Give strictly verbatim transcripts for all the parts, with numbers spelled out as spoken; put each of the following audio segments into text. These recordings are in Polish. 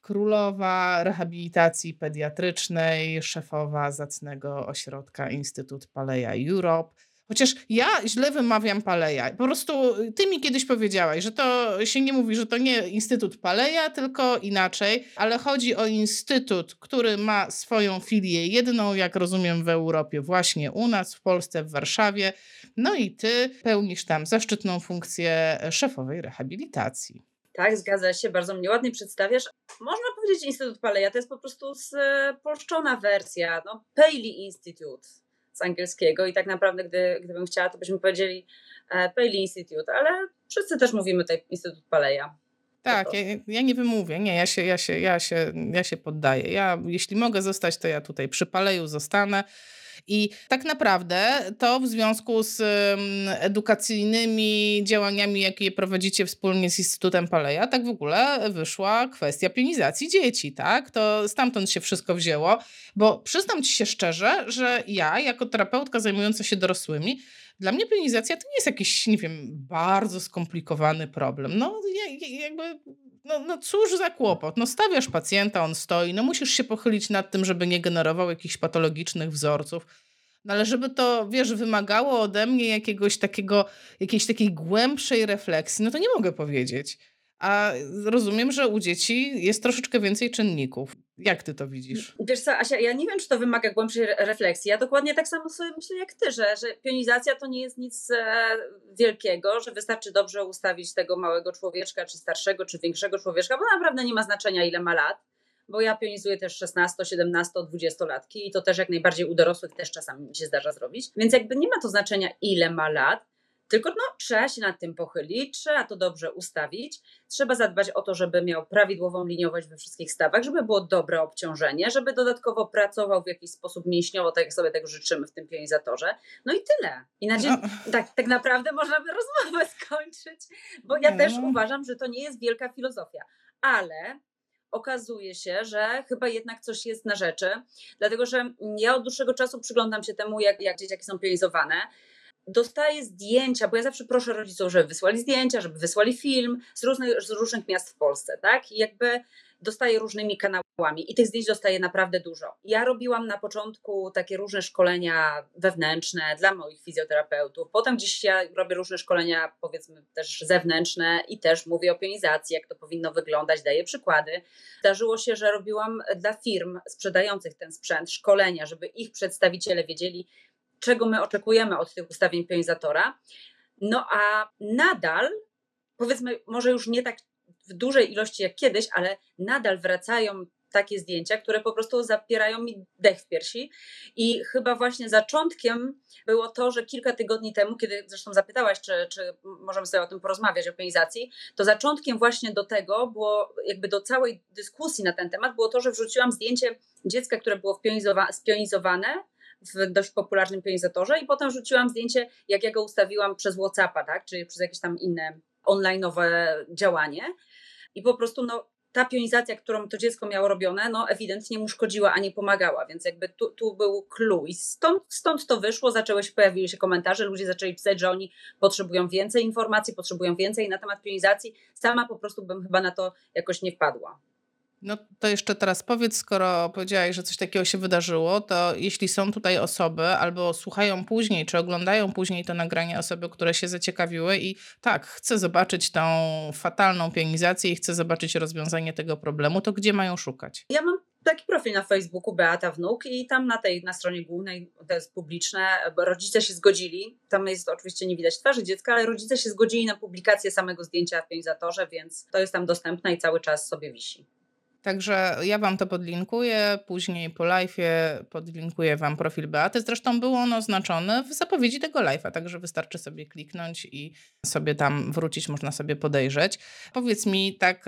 królowa rehabilitacji pediatrycznej, szefowa zacnego ośrodka Instytut Paleja Europe. Chociaż ja źle wymawiam Paleja. Po prostu ty mi kiedyś powiedziałaś, że to się nie mówi, że to nie Instytut Paleja, tylko inaczej, ale chodzi o instytut, który ma swoją filię jedną, jak rozumiem, w Europie, właśnie u nas, w Polsce, w Warszawie. No i ty pełnisz tam zaszczytną funkcję szefowej rehabilitacji. Tak, zgadza się, bardzo mnie ładnie przedstawiasz. Można powiedzieć Instytut Paleja, to jest po prostu spolszczona wersja, no Paley Institute z angielskiego i tak naprawdę gdy, gdybym chciała, to byśmy powiedzieli Paley Institute, ale wszyscy też mówimy tutaj Instytut Paleja. Tak, ja, ja nie wymówię, nie, ja się, ja, się, ja, się, ja się poddaję. Ja, jeśli mogę zostać, to ja tutaj przy Paleju zostanę. I tak naprawdę to w związku z edukacyjnymi działaniami, jakie prowadzicie wspólnie z Instytutem Paleja, tak w ogóle wyszła kwestia pionizacji dzieci, tak? To stamtąd się wszystko wzięło, bo przyznam ci się szczerze, że ja jako terapeutka zajmująca się dorosłymi, dla mnie pionizacja to nie jest jakiś, nie wiem, bardzo skomplikowany problem. No jakby, no, no cóż za kłopot. No stawiasz pacjenta, on stoi, no musisz się pochylić nad tym, żeby nie generował jakichś patologicznych wzorców. No ale żeby to, wiesz, wymagało ode mnie jakiegoś takiego, jakiejś takiej głębszej refleksji, no to nie mogę powiedzieć. A rozumiem, że u dzieci jest troszeczkę więcej czynników. Jak ty to widzisz? Wiesz co, Asia, ja nie wiem, czy to wymaga głębszej refleksji. Ja dokładnie tak samo sobie myślę jak ty, że, że pionizacja to nie jest nic e, wielkiego, że wystarczy dobrze ustawić tego małego człowieczka, czy starszego, czy większego człowieczka, bo naprawdę nie ma znaczenia, ile ma lat. Bo ja pionizuję też szesnasto, siedemnasto, dwudziestolatki i to też jak najbardziej u dorosłych też czasami mi się zdarza zrobić. Więc jakby nie ma to znaczenia, ile ma lat, tylko no, trzeba się nad tym pochylić, trzeba to dobrze ustawić, trzeba zadbać o to, żeby miał prawidłową liniowość we wszystkich stawach, żeby było dobre obciążenie, żeby dodatkowo pracował w jakiś sposób mięśniowo, tak jak sobie tego życzymy w tym pionizatorze. No i tyle. I na dzień, no. tak, tak naprawdę można by rozmowę skończyć, bo ja też uważam, że to nie jest wielka filozofia, ale okazuje się, że chyba jednak coś jest na rzeczy, dlatego że ja od dłuższego czasu przyglądam się temu, jak, jak dzieciaki są pionizowane. Dostaję zdjęcia, bo ja zawsze proszę rodziców, żeby wysłali zdjęcia, żeby wysłali film z różnych, z różnych miast w Polsce, tak? I jakby dostaję różnymi kanałami i tych zdjęć dostaję naprawdę dużo. Ja robiłam na początku takie różne szkolenia wewnętrzne dla moich fizjoterapeutów, potem gdzieś ja robię różne szkolenia, powiedzmy też zewnętrzne i też mówię o pionizacji, jak to powinno wyglądać, daję przykłady. Zdarzyło się, że robiłam dla firm sprzedających ten sprzęt szkolenia, żeby ich przedstawiciele wiedzieli, czego my oczekujemy od tych ustawień pionizatora. No a nadal, powiedzmy, może już nie tak w dużej ilości jak kiedyś, ale nadal wracają takie zdjęcia, które po prostu zapierają mi dech w piersi. I chyba właśnie zaczątkiem było to, że kilka tygodni temu, kiedy zresztą zapytałaś, czy, czy możemy sobie o tym porozmawiać, o pionizacji, to zaczątkiem właśnie do tego było, jakby do całej dyskusji na ten temat, było to, że wrzuciłam zdjęcie dziecka, które było wpionizowa- spionizowane w dość popularnym pionizatorze i potem rzuciłam zdjęcie, jak ja go ustawiłam przez WhatsAppa, tak, czyli przez jakieś tam inne online'owe działanie i po prostu no, ta pionizacja, którą to dziecko miało robione, no ewidentnie mu szkodziła, a nie pomagała, więc jakby tu, tu był clue i stąd, stąd to wyszło, zaczęły się, pojawiły się komentarze, ludzie zaczęli pisać, że oni potrzebują więcej informacji, potrzebują więcej na temat pionizacji, sama po prostu bym chyba na to jakoś nie wpadła. No to jeszcze teraz powiedz, skoro powiedziałaś, że coś takiego się wydarzyło, to jeśli są tutaj osoby albo słuchają później, czy oglądają później to nagranie osoby, które się zaciekawiły i tak, chcę zobaczyć tą fatalną pionizację i chcę zobaczyć rozwiązanie tego problemu, to gdzie mają szukać? Ja mam taki profil na Facebooku Beata Wnuk i tam na tej, na stronie głównej, to jest publiczne, bo rodzice się zgodzili, tam jest oczywiście nie widać twarzy dziecka, ale rodzice się zgodzili na publikację samego zdjęcia w pionizatorze, więc to jest tam dostępne i cały czas sobie wisi. Także ja wam to podlinkuję, później po live'ie podlinkuję wam profil Beaty. Zresztą było on oznaczony w zapowiedzi tego live'a, także wystarczy sobie kliknąć i sobie tam wrócić, można sobie podejrzeć. Powiedz mi tak,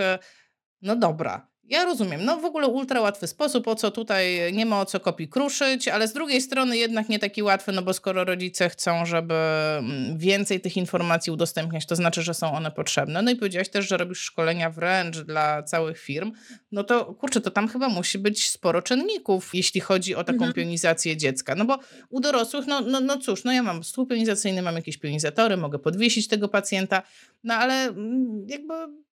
no dobra, ja rozumiem, no w ogóle ultra łatwy sposób, o co tutaj, nie ma o co kopii kruszyć, ale z drugiej strony jednak nie taki łatwy, no bo skoro rodzice chcą, żeby więcej tych informacji udostępniać, to znaczy, że są one potrzebne. No i powiedziałaś też, że robisz szkolenia wręcz dla całych firm, no to kurczę, to tam chyba musi być sporo czynników, jeśli chodzi o taką mhm. pionizację dziecka, no bo u dorosłych, no, no, no cóż, no ja mam stół pionizacyjny, mam jakieś pionizatory, mogę podwiesić tego pacjenta, no ale jakby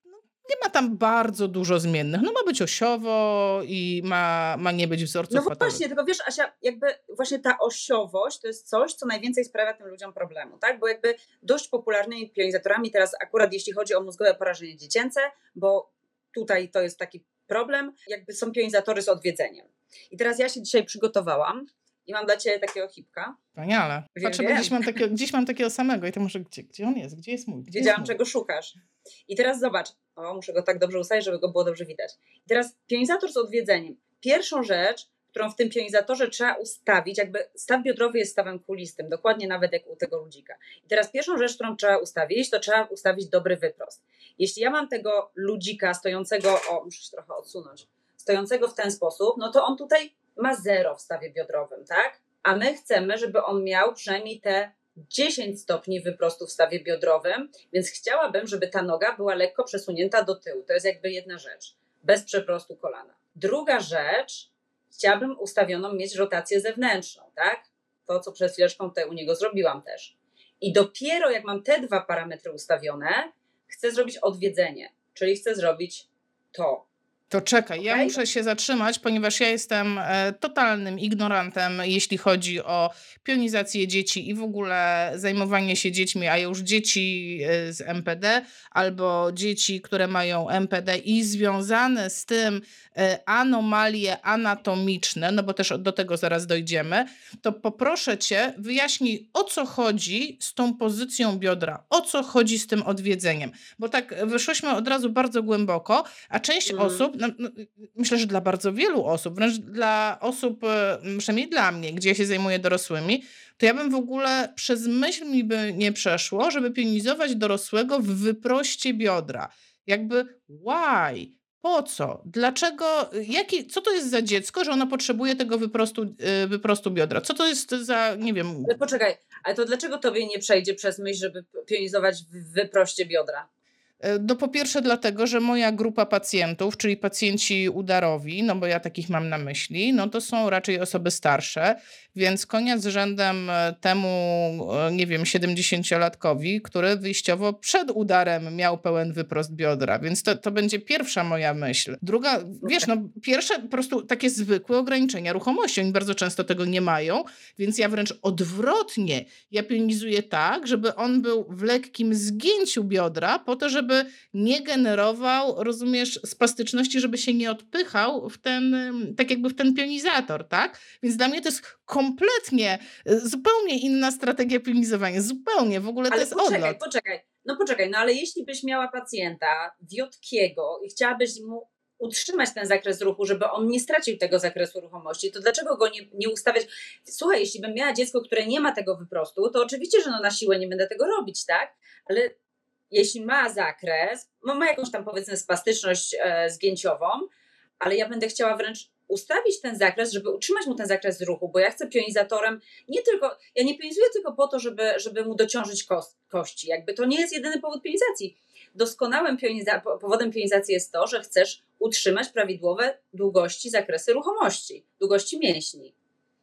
Nie ma tam bardzo dużo zmiennych. No ma być osiowo i ma, ma nie być No wzorców właśnie, patowych. tylko wiesz, Asia, jakby właśnie ta osiowość to jest coś, co najwięcej sprawia tym ludziom problemu, tak? Bo jakby dość popularnymi pionizatorami teraz akurat jeśli chodzi o mózgowe porażenie dziecięce, bo tutaj to jest taki problem, jakby są pionizatory z odwiedzeniem. I teraz ja się dzisiaj przygotowałam i mam dla ciebie takiego hipka. Wspaniale. Wiem, Patrzę, bo wiem. gdzieś mam, takiego, gdzieś mam takiego samego i to może gdzie, gdzie on jest? Gdzie jest mój? Gdzie Wiedziałam, jest mój? czego szukasz. I teraz zobacz, o, muszę go tak dobrze ustawić, żeby go było dobrze widać. I teraz pionizator z odwiedzeniem. Pierwszą rzecz, którą w tym pionizatorze trzeba ustawić, jakby staw biodrowy jest stawem kulistym, dokładnie nawet jak u tego ludzika. I teraz pierwszą rzecz, którą trzeba ustawić, to trzeba ustawić dobry wyprost. Jeśli ja mam tego ludzika stojącego, o, muszę się trochę odsunąć, stojącego w ten sposób, no to on tutaj ma zero w stawie biodrowym, tak? A my chcemy, żeby on miał przynajmniej te dziesięć stopni wyprostu w stawie biodrowym, więc chciałabym, żeby ta noga była lekko przesunięta do tyłu. To jest jakby jedna rzecz, bez przeprostu kolana. Druga rzecz, chciałabym ustawioną mieć rotację zewnętrzną, tak? To, co przed chwileczką tutaj u niego zrobiłam też. I dopiero jak mam te dwa parametry ustawione, chcę zrobić odwiedzenie, czyli chcę zrobić to. To czekaj, ja Okej? muszę się zatrzymać, ponieważ ja jestem e, totalnym ignorantem, jeśli chodzi o pionizację dzieci i w ogóle zajmowanie się dziećmi, a już dzieci e, z M P D albo dzieci, które mają M P D i związane z tym e, anomalie anatomiczne, no bo też do tego zaraz dojdziemy, to poproszę cię, wyjaśnij, o co chodzi z tą pozycją biodra, o co chodzi z tym odwiedzeniem, bo tak wyszłyśmy od razu bardzo głęboko, a część Mhm. osób, no, no, myślę, że dla bardzo wielu osób, wręcz dla osób, e, przynajmniej dla mnie, gdzie ja się zajmuję dorosłymi, to ja bym w ogóle przez myśl mi by nie przeszło, żeby pionizować dorosłego w wyproście biodra. Jakby why? Po co? Dlaczego? Jaki, co to jest za dziecko, że ono potrzebuje tego wyprostu, e, wyprostu biodra? Co to jest za, nie wiem, Ale poczekaj, ale to dlaczego tobie nie przejdzie przez myśl, żeby pionizować w wyproście biodra? No po pierwsze dlatego, że moja grupa pacjentów, czyli pacjenci udarowi, no bo ja takich mam na myśli, no to są raczej osoby starsze, więc konia z rzędem e, temu, e, nie wiem, siedemdziesięciolatkowi, który wyjściowo przed udarem miał pełen wyprost biodra, więc to, to będzie pierwsza moja myśl. Druga, wiesz, no pierwsze po prostu takie zwykłe ograniczenia ruchomości, oni bardzo często tego nie mają, więc ja wręcz odwrotnie, ja pionizuję tak, żeby on był w lekkim zgięciu biodra po to, żeby nie generował, rozumiesz, spastyczności, żeby się nie odpychał w ten, ym, tak jakby w ten pionizator, tak? Więc dla mnie to jest kompletnie, y, zupełnie inna strategia pionizowania, zupełnie, w ogóle to Ale jest poczekaj, odlot. poczekaj, no poczekaj, no ale jeśli byś miała pacjenta wiotkiego i chciałabyś mu utrzymać ten zakres ruchu, żeby on nie stracił tego zakresu ruchomości, to dlaczego go nie, nie ustawiać? Słuchaj, jeśli bym miała dziecko, które nie ma tego wyprostu, to oczywiście, że no na siłę nie będę tego robić, tak? Ale jeśli ma zakres, ma ma jakąś tam powiedzmy spastyczność e, zgięciową, ale ja będę chciała wręcz ustawić ten zakres, żeby utrzymać mu ten zakres ruchu, bo ja chcę pionizatorem nie tylko, ja nie pionizuję tylko po to, żeby, żeby mu dociążyć kos, kości, jakby to nie jest jedyny powód pionizacji. Doskonałym pioniza, powodem pionizacji jest to, że chcesz utrzymać prawidłowe długości, zakresy ruchomości, długości mięśni.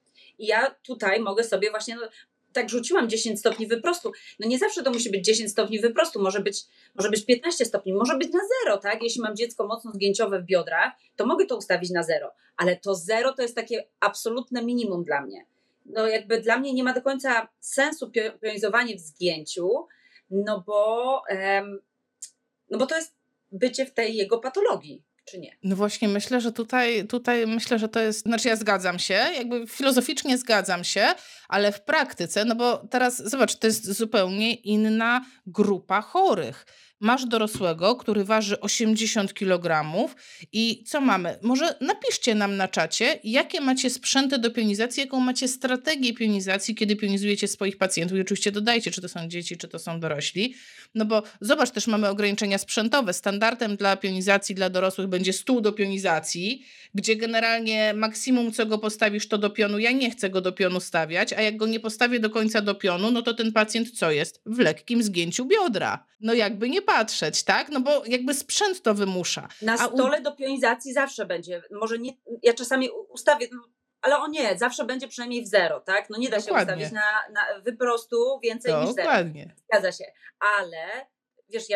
I ja tutaj mogę sobie właśnie, no, tak rzuciłam dziesięć stopni wyprostu. No nie zawsze to musi być dziesięć stopni wyprostu, może być, może być piętnaście stopni, może być na zero, tak? Jeśli mam dziecko mocno zgięciowe w biodrach, to mogę to ustawić na zero, ale to zero to jest takie absolutne minimum dla mnie. No jakby dla mnie nie ma do końca sensu pionizowanie w zgięciu, no bo, em, no bo to jest bycie w tej jego patologii, czy nie? No właśnie, myślę, że tutaj, tutaj myślę, że to jest, znaczy ja zgadzam się, jakby filozoficznie zgadzam się, ale w praktyce, no bo teraz zobacz, to jest zupełnie inna grupa chorych. Masz dorosłego, który waży osiemdziesiąt kilogramów i co mamy? Może napiszcie nam na czacie, jakie macie sprzęty do pionizacji, jaką macie strategię pionizacji, kiedy pionizujecie swoich pacjentów i oczywiście dodajcie, czy to są dzieci, czy to są dorośli. No bo zobacz, też mamy ograniczenia sprzętowe. Standardem dla pionizacji dla dorosłych będzie stół do pionizacji, gdzie generalnie maksimum, co go postawisz, to do pionu. Ja nie chcę go do pionu stawiać, a jak go nie postawię do końca do pionu, no to ten pacjent co jest? W lekkim zgięciu biodra. No jakby nie patrzeć, tak? No bo jakby sprzęt to wymusza. Na A u- stole do pionizacji zawsze będzie, może nie, ja czasami ustawię, no, ale o nie, zawsze będzie przynajmniej w zero, tak? No nie da się Dokładnie. ustawić na, na wyprostu więcej niż zero. Dokładnie. Zgadza się, ale wiesz, ja mam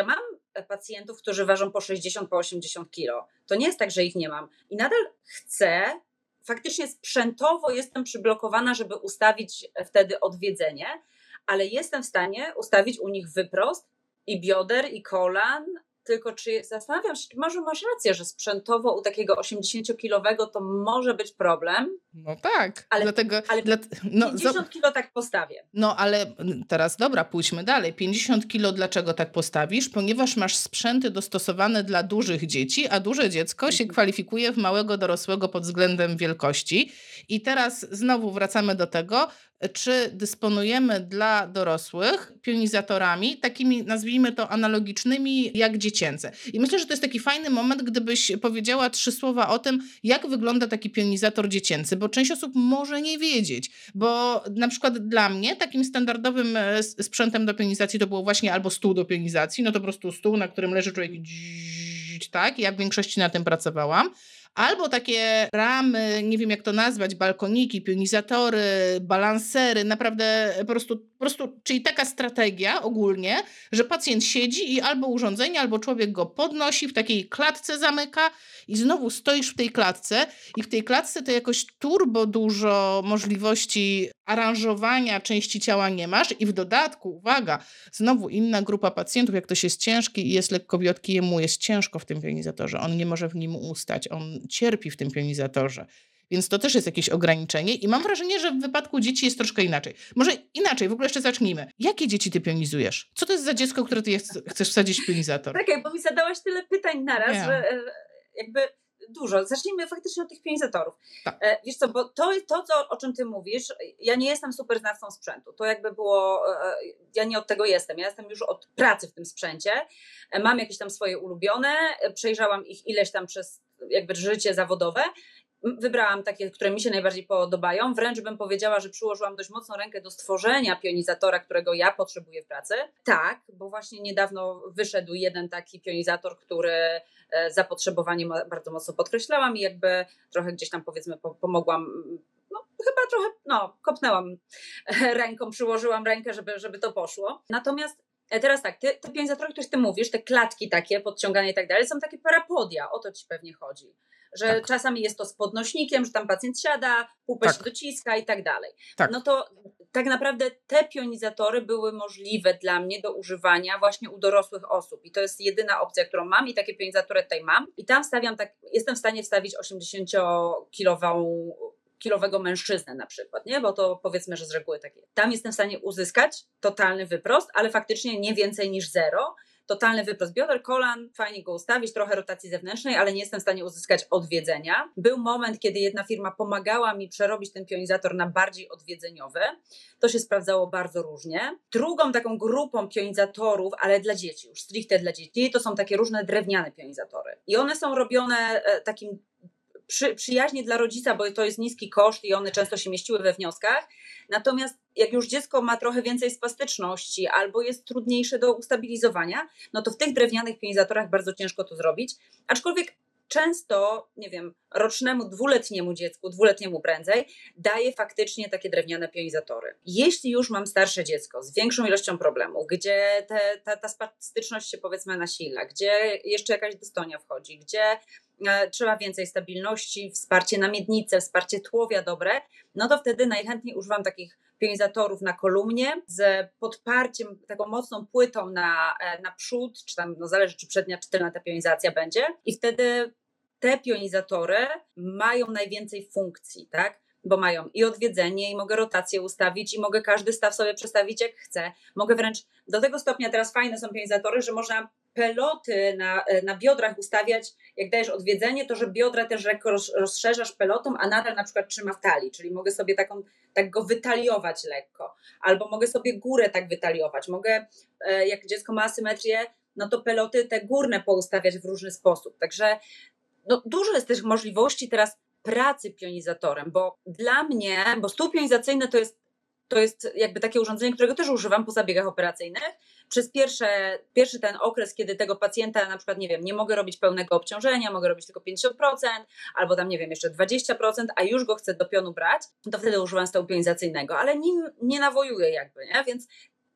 pacjentów, którzy ważą po sześćdziesiąt, po osiemdziesiąt kilo. To nie jest tak, że ich nie mam. I nadal chcę, faktycznie sprzętowo jestem przyblokowana, żeby ustawić wtedy odwiedzenie, ale jestem w stanie ustawić u nich wyprost i bioder, i kolan. Tylko czy zastanawiam się, może masz rację, że sprzętowo u takiego osiemdziesięciokilowego to może być problem. No tak, ale, dlatego... Ale dla, no, pięćdziesiąt kilo tak postawię. No ale teraz dobra, pójdźmy dalej. pięćdziesiąt kilo dlaczego tak postawisz? Ponieważ masz sprzęty dostosowane dla dużych dzieci, a duże dziecko się kwalifikuje w małego dorosłego pod względem wielkości. I teraz znowu wracamy do tego, czy dysponujemy dla dorosłych pionizatorami, takimi nazwijmy to analogicznymi jak dziecięce. I myślę, że to jest taki fajny moment, gdybyś powiedziała trzy słowa o tym, jak wygląda taki pionizator dziecięcy, bo część osób może nie wiedzieć, bo na przykład dla mnie takim standardowym sprzętem do pionizacji to było właśnie albo stół do pionizacji, no to po prostu stół, na którym leży człowiek i tak, ja w większości na tym pracowałam. Albo takie ramy, nie wiem jak to nazwać, balkoniki, pionizatory, balansery, naprawdę po prostu, po prostu, czyli taka strategia ogólnie, że pacjent siedzi i albo urządzenie, albo człowiek go podnosi, w takiej klatce zamyka i znowu stoisz w tej klatce i w tej klatce to jakoś turbo dużo możliwości aranżowania części ciała nie masz i w dodatku, uwaga, znowu inna grupa pacjentów, jak ktoś jest ciężki i jest lekkowiotki, jemu jest ciężko w tym pionizatorze, on nie może w nim ustać, on cierpi w tym pionizatorze. Więc to też jest jakieś ograniczenie i mam wrażenie, że w wypadku dzieci jest troszkę inaczej. Może inaczej, w ogóle jeszcze zacznijmy. Jakie dzieci ty pionizujesz? Co to jest za dziecko, które ty chcesz wsadzić w pionizator? Czekaj, bo mi zadałaś tyle pytań naraz, yeah. że jakby dużo. Zacznijmy faktycznie od tych pionizatorów. Tak. Wiesz co, bo to, to co, o czym ty mówisz, ja nie jestem super znawcą sprzętu. To jakby było, ja nie od tego jestem. Ja jestem już od pracy w tym sprzęcie. Mam jakieś tam swoje ulubione, przejrzałam ich ileś tam przez jakby życie zawodowe. Wybrałam takie, które mi się najbardziej podobają. Wręcz bym powiedziała, że przyłożyłam dość mocną rękę do stworzenia pionizatora, którego ja potrzebuję w pracy. Tak, bo właśnie niedawno wyszedł jeden taki pionizator, który zapotrzebowanie bardzo mocno podkreślałam i jakby trochę gdzieś tam powiedzmy pomogłam, no chyba trochę, no kopnęłam ręką, przyłożyłam rękę, żeby, żeby to poszło. Natomiast teraz tak, ty, te pionizatory, o których ty mówisz, te klatki takie, podciągane i tak dalej, są takie parapodia, o to ci pewnie chodzi. Że tak. Czasami jest to z podnośnikiem, że tam pacjent siada, pupę tak. się dociska i tak dalej. Tak. No to tak naprawdę te pionizatory były możliwe dla mnie do używania właśnie u dorosłych osób i to jest jedyna opcja, którą mam i takie pionizatory tutaj mam i tam stawiam tak, jestem w stanie wstawić osiemdziesięciokilowego mężczyznę na przykład, nie? Bo to powiedzmy, że z reguły takie. Tam jestem w stanie uzyskać totalny wyprost, ale faktycznie nie więcej niż zero. Totalny wyprost bioder, kolan, fajnie go ustawić, trochę rotacji zewnętrznej, ale nie jestem w stanie uzyskać odwiedzenia. Był moment, kiedy jedna firma pomagała mi przerobić ten pionizator na bardziej odwiedzeniowy. To się sprawdzało bardzo różnie. Drugą taką grupą pionizatorów, ale dla dzieci, już stricte dla dzieci, to są takie różne drewniane pionizatory. I one są robione takim Przy, przyjaźnie dla rodzica, bo to jest niski koszt i one często się mieściły we wnioskach. Natomiast jak już dziecko ma trochę więcej spastyczności albo jest trudniejsze do ustabilizowania, no to w tych drewnianych pionizatorach bardzo ciężko to zrobić. Aczkolwiek często, nie wiem, rocznemu, dwuletniemu dziecku, dwuletniemu prędzej, daje faktycznie takie drewniane pionizatory. Jeśli już mam starsze dziecko z większą ilością problemów, gdzie te, ta, ta spastyczność się powiedzmy nasila, gdzie jeszcze jakaś dystonia wchodzi, gdzie trzeba więcej stabilności, wsparcie na miednicę, wsparcie tłowia dobre, no to wtedy najchętniej używam takich pionizatorów na kolumnie z podparciem, taką mocną płytą na, na przód, czy tam no zależy czy przednia, czy tylna ta pionizacja będzie i wtedy te pionizatory mają najwięcej funkcji, tak? Bo mają i odwiedzenie, i mogę rotację ustawić, i mogę każdy staw sobie przestawić jak chcę. Mogę wręcz do tego stopnia, teraz fajne są pionizatory, że można peloty na, na biodrach ustawiać, jak dajesz odwiedzenie, to że biodra też lekko rozszerzasz pelotą, a nadal na przykład trzyma w talii, czyli mogę sobie taką, tak go wytaliować lekko, albo mogę sobie górę tak wytaliować, mogę, jak dziecko ma asymetrię, no to peloty te górne poustawiać w różny sposób, także no, dużo jest też możliwości teraz pracy pionizatorem, bo dla mnie, bo stół pionizacyjny to jest To jest jakby takie urządzenie, którego też używam po zabiegach operacyjnych. Przez pierwsze, pierwszy ten okres, kiedy tego pacjenta na przykład, nie wiem, nie mogę robić pełnego obciążenia, mogę robić tylko pięćdziesiąt procent albo tam, nie wiem, jeszcze dwadzieścia procent, a już go chcę do pionu brać, to wtedy używam stołu pionizacyjnego, ale nim nie nawojuję jakby, nie? Więc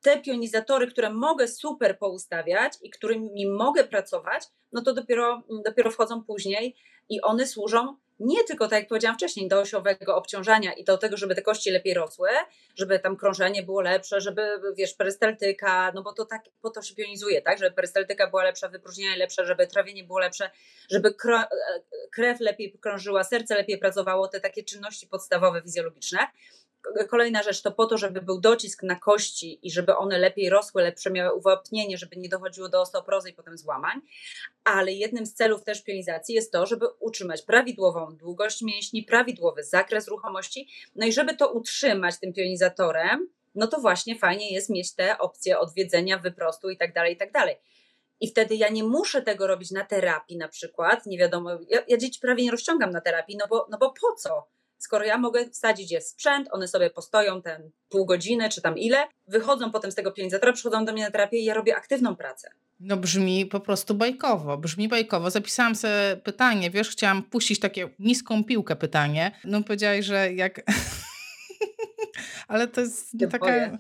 te pionizatory, które mogę super poustawiać i którymi mogę pracować, no to dopiero, dopiero wchodzą później i one służą nie tylko, tak jak powiedziałam wcześniej, do osiowego obciążania i do tego, żeby te kości lepiej rosły, żeby tam krążenie było lepsze, żeby, wiesz, perystaltyka, no bo to tak, po to się pionizuje, tak, żeby perystaltyka była lepsza, wypróżnianie lepsze, żeby trawienie było lepsze, żeby krew lepiej krążyła, serce lepiej pracowało, te takie czynności podstawowe, fizjologiczne. Kolejna rzecz to po to, żeby był docisk na kości i żeby one lepiej rosły, lepsze miały uwapnienie, żeby nie dochodziło do osteoporozy i potem złamań. Ale jednym z celów też pionizacji jest to, żeby utrzymać prawidłową długość mięśni, prawidłowy zakres ruchomości. No i żeby to utrzymać tym pionizatorem, no to właśnie fajnie jest mieć te opcje odwiedzenia, wyprostu i tak dalej, i tak dalej. I wtedy ja nie muszę tego robić na terapii na przykład, nie wiadomo, ja, ja dzieci prawie nie rozciągam na terapii, no bo, no bo po co? Skoro ja mogę wsadzić je w sprzęt, one sobie postoją ten pół godziny czy tam ile, wychodzą potem z tego pionizatora, przychodzą do mnie na terapię i ja robię aktywną pracę. No brzmi po prostu bajkowo, brzmi bajkowo. Zapisałam sobie pytanie, wiesz, chciałam puścić takie niską piłkę pytanie. No powiedziałaś, że jak... Ale to jest Się taka... boję.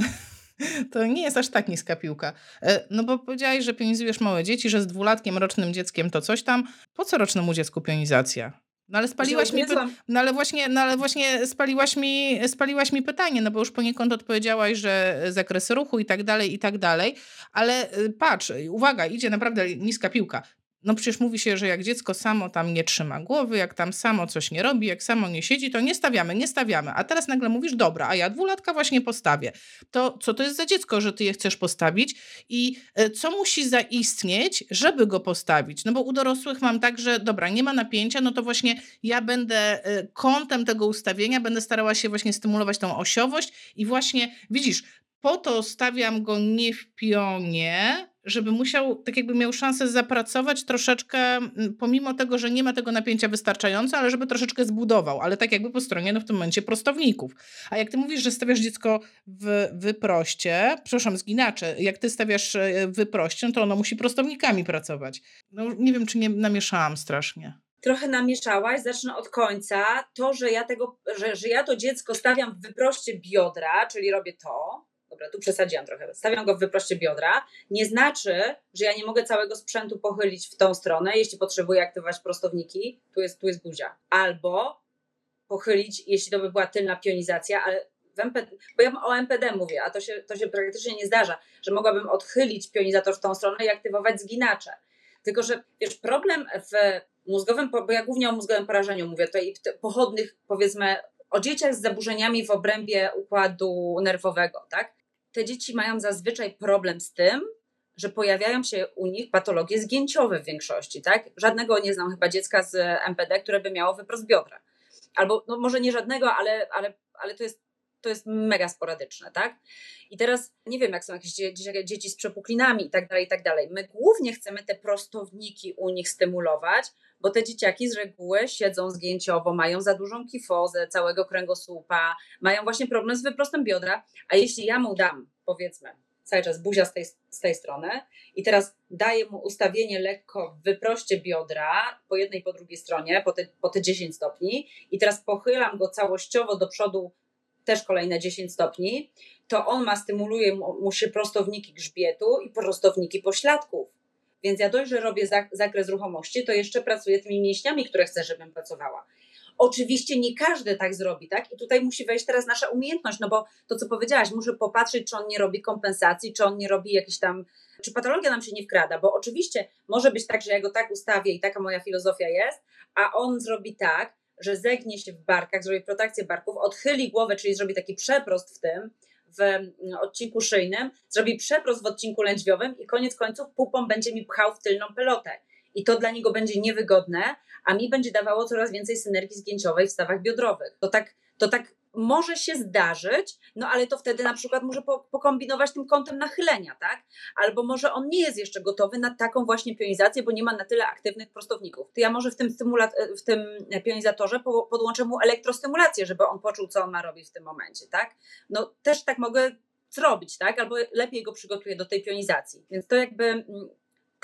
To nie jest aż tak niska piłka. No bo powiedziałaś, że pionizujesz małe dzieci, że z dwulatkiem, rocznym dzieckiem to coś tam. Po co rocznemu dziecku pionizacja? No ale spaliłaś mi, py- no ale właśnie, no ale właśnie spaliłaś mi, spaliłaś mi pytanie, no bo już poniekąd odpowiedziałaś, że zakres ruchu i tak dalej, i tak dalej, ale patrz, uwaga, idzie naprawdę niska piłka. No przecież mówi się, że jak dziecko samo tam nie trzyma głowy, jak tam samo coś nie robi, jak samo nie siedzi, to nie stawiamy, nie stawiamy. A teraz nagle mówisz, dobra, a ja dwulatka właśnie postawię. To co to jest za dziecko, że ty je chcesz postawić i co musi zaistnieć, żeby go postawić? No bo u dorosłych mam tak, że dobra, nie ma napięcia, no to właśnie ja będę kątem tego ustawienia, będę starała się właśnie stymulować tą osiowość i właśnie, widzisz, po to stawiam go nie w pionie, żeby musiał, tak jakby miał szansę zapracować troszeczkę, pomimo tego, że nie ma tego napięcia wystarczająco, ale żeby troszeczkę zbudował, ale tak jakby po stronie, no w tym momencie prostowników. A jak ty mówisz, że stawiasz dziecko w wyproście, przepraszam, zginacze, jak ty stawiasz w wyproście, no to ono musi prostownikami pracować. No nie wiem, czy nie namieszałam strasznie. Trochę namieszałaś, zacznę od końca. To, że ja tego, że, że ja to dziecko stawiam w wyproście biodra, czyli robię to, dobra, tu przesadziłam trochę, stawiam go w wyproście biodra, nie znaczy, że ja nie mogę całego sprzętu pochylić w tą stronę, jeśli potrzebuję aktywować prostowniki, tu jest, tu jest buzia. Albo pochylić, jeśli to by była tylna pionizacja, ale w M P D, bo ja o M P D mówię, a to się, to się praktycznie nie zdarza, że mogłabym odchylić pionizator w tą stronę i aktywować zginacze. Tylko że wiesz, problem w mózgowym, bo ja głównie o mózgowym porażeniu mówię, tutaj pochodnych, powiedzmy, o dzieciach z zaburzeniami w obrębie układu nerwowego, tak? Te dzieci mają zazwyczaj problem z tym, że pojawiają się u nich patologie zgięciowe w większości, tak? Żadnego nie znam chyba dziecka z M P D, które by miało wyprost biodra. Albo, no może nie żadnego, ale, ale, ale to jest to jest mega sporadyczne, tak? I teraz nie wiem, jak są jakieś dzieci, dzieci z przepuklinami i tak dalej, i tak dalej. My głównie chcemy te prostowniki u nich stymulować, bo te dzieciaki z reguły siedzą zgięciowo, mają za dużą kifozę całego kręgosłupa, mają właśnie problem z wyprostem biodra, a jeśli ja mu dam, powiedzmy, cały czas buzia z tej, z tej strony i teraz daję mu ustawienie lekko w wyproście biodra po jednej i po drugiej stronie, po te, po te dziesięć stopni i teraz pochylam go całościowo do przodu też kolejne dziesięć stopni, to on ma, stymuluje mu, mu się prostowniki grzbietu i prostowniki pośladków. Więc ja dość, że robię zak- zakres ruchomości, to jeszcze pracuję tymi mięśniami, które chcę, żebym pracowała. Oczywiście nie każdy tak zrobi, tak? I tutaj musi wejść teraz nasza umiejętność, no bo to, co powiedziałaś, muszę popatrzeć, czy on nie robi kompensacji, czy on nie robi jakiś tam, czy patologia nam się nie wkrada, bo oczywiście może być tak, że ja go tak ustawię i taka moja filozofia jest, a on zrobi tak, że zegnie się w barkach, zrobi protrakcję barków, odchyli głowę, czyli zrobi taki przeprost w tym, w odcinku szyjnym, zrobi przeprost w odcinku lędźwiowym i koniec końców pupą będzie mi pchał w tylną pelotę. I to dla niego będzie niewygodne, a mi będzie dawało coraz więcej synergii zgięciowej w stawach biodrowych. To tak, to tak może się zdarzyć, no ale to wtedy na przykład może po, pokombinować tym kątem nachylenia, tak? Albo może on nie jest jeszcze gotowy na taką właśnie pionizację, bo nie ma na tyle aktywnych prostowników. To ja może w tym, stymulat- w tym pionizatorze po, podłączę mu elektrostymulację, żeby on poczuł, co on ma robić w tym momencie, tak? No też tak mogę zrobić, tak? Albo lepiej go przygotuję do tej pionizacji. Więc to jakby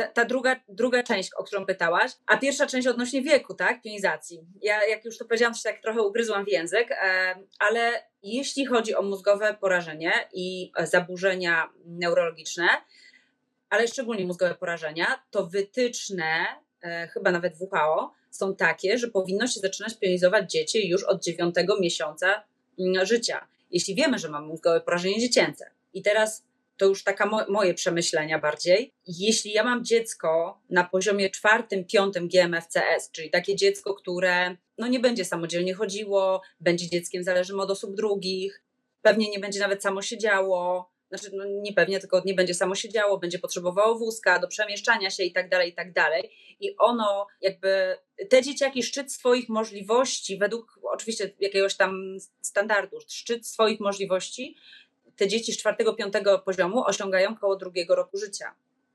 ta, ta druga, druga część, o którą pytałaś, a pierwsza część odnośnie wieku, tak, pionizacji. Ja, jak już to powiedziałam, to się tak trochę ugryzłam w język, e, ale jeśli chodzi o mózgowe porażenie i zaburzenia neurologiczne, ale szczególnie mózgowe porażenia, to wytyczne, e, chyba nawet W H O, są takie, że powinno się zaczynać pionizować dzieci już od dziewiątego miesiąca życia. Jeśli wiemy, że mamy mózgowe porażenie dziecięce. I teraz to już taka mo- moje przemyślenia bardziej. Jeśli ja mam dziecko na poziomie czwartym, piątym G M F C S, czyli takie dziecko, które no nie będzie samodzielnie chodziło, będzie dzieckiem zależnym od osób drugich, pewnie nie będzie nawet samo siedziało, znaczy no nie pewnie, tylko nie będzie samo siedziało, będzie potrzebowało wózka do przemieszczania się i tak dalej, i tak dalej. I ono jakby, te dzieciaki szczyt swoich możliwości, według oczywiście jakiegoś tam standardu, szczyt swoich możliwości, te dzieci z czwartego, piątego poziomu osiągają koło drugiego roku życia.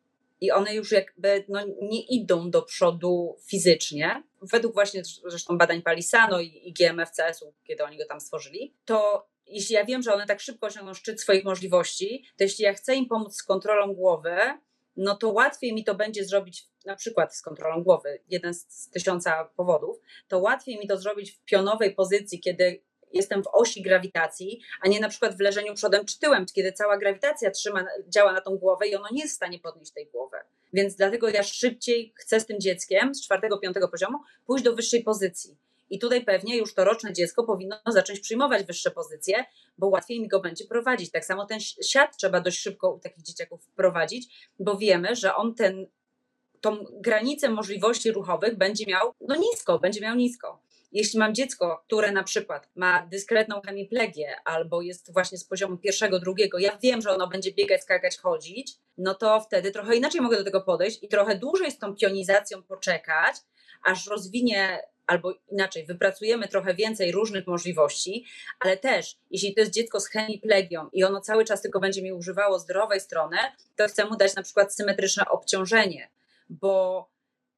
I one już jakby no, nie idą do przodu fizycznie. Według właśnie zresztą badań Palisano i, i G M F C S-u, kiedy oni go tam stworzyli, to jeśli ja wiem, że one tak szybko osiągną szczyt swoich możliwości, to jeśli ja chcę im pomóc z kontrolą głowy, no to łatwiej mi to będzie zrobić, na przykład z kontrolą głowy, jeden z, z tysiąca powodów, to łatwiej mi to zrobić w pionowej pozycji, kiedy jestem w osi grawitacji, a nie na przykład w leżeniu przodem czy tyłem, kiedy cała grawitacja trzyma, działa na tą głowę i ono nie jest w stanie podnieść tej głowy. Więc dlatego ja szybciej chcę z tym dzieckiem z czwartego, piątego poziomu pójść do wyższej pozycji. I tutaj pewnie już to roczne dziecko powinno zacząć przyjmować wyższe pozycje, bo łatwiej mi go będzie prowadzić. Tak samo ten siat trzeba dość szybko u takich dzieciaków wprowadzić, bo wiemy, że on ten, tą granicę możliwości ruchowych będzie miał no nisko, będzie miał nisko. Jeśli mam dziecko, które na przykład ma dyskretną hemiplegię albo jest właśnie z poziomu pierwszego, drugiego, ja wiem, że ono będzie biegać, skakać, chodzić, no to wtedy trochę inaczej mogę do tego podejść i trochę dłużej z tą pionizacją poczekać, aż rozwinie, albo inaczej, wypracujemy trochę więcej różnych możliwości, ale też, jeśli to jest dziecko z hemiplegią i ono cały czas tylko będzie mi używało zdrowej strony, to chcę mu dać na przykład symetryczne obciążenie, bo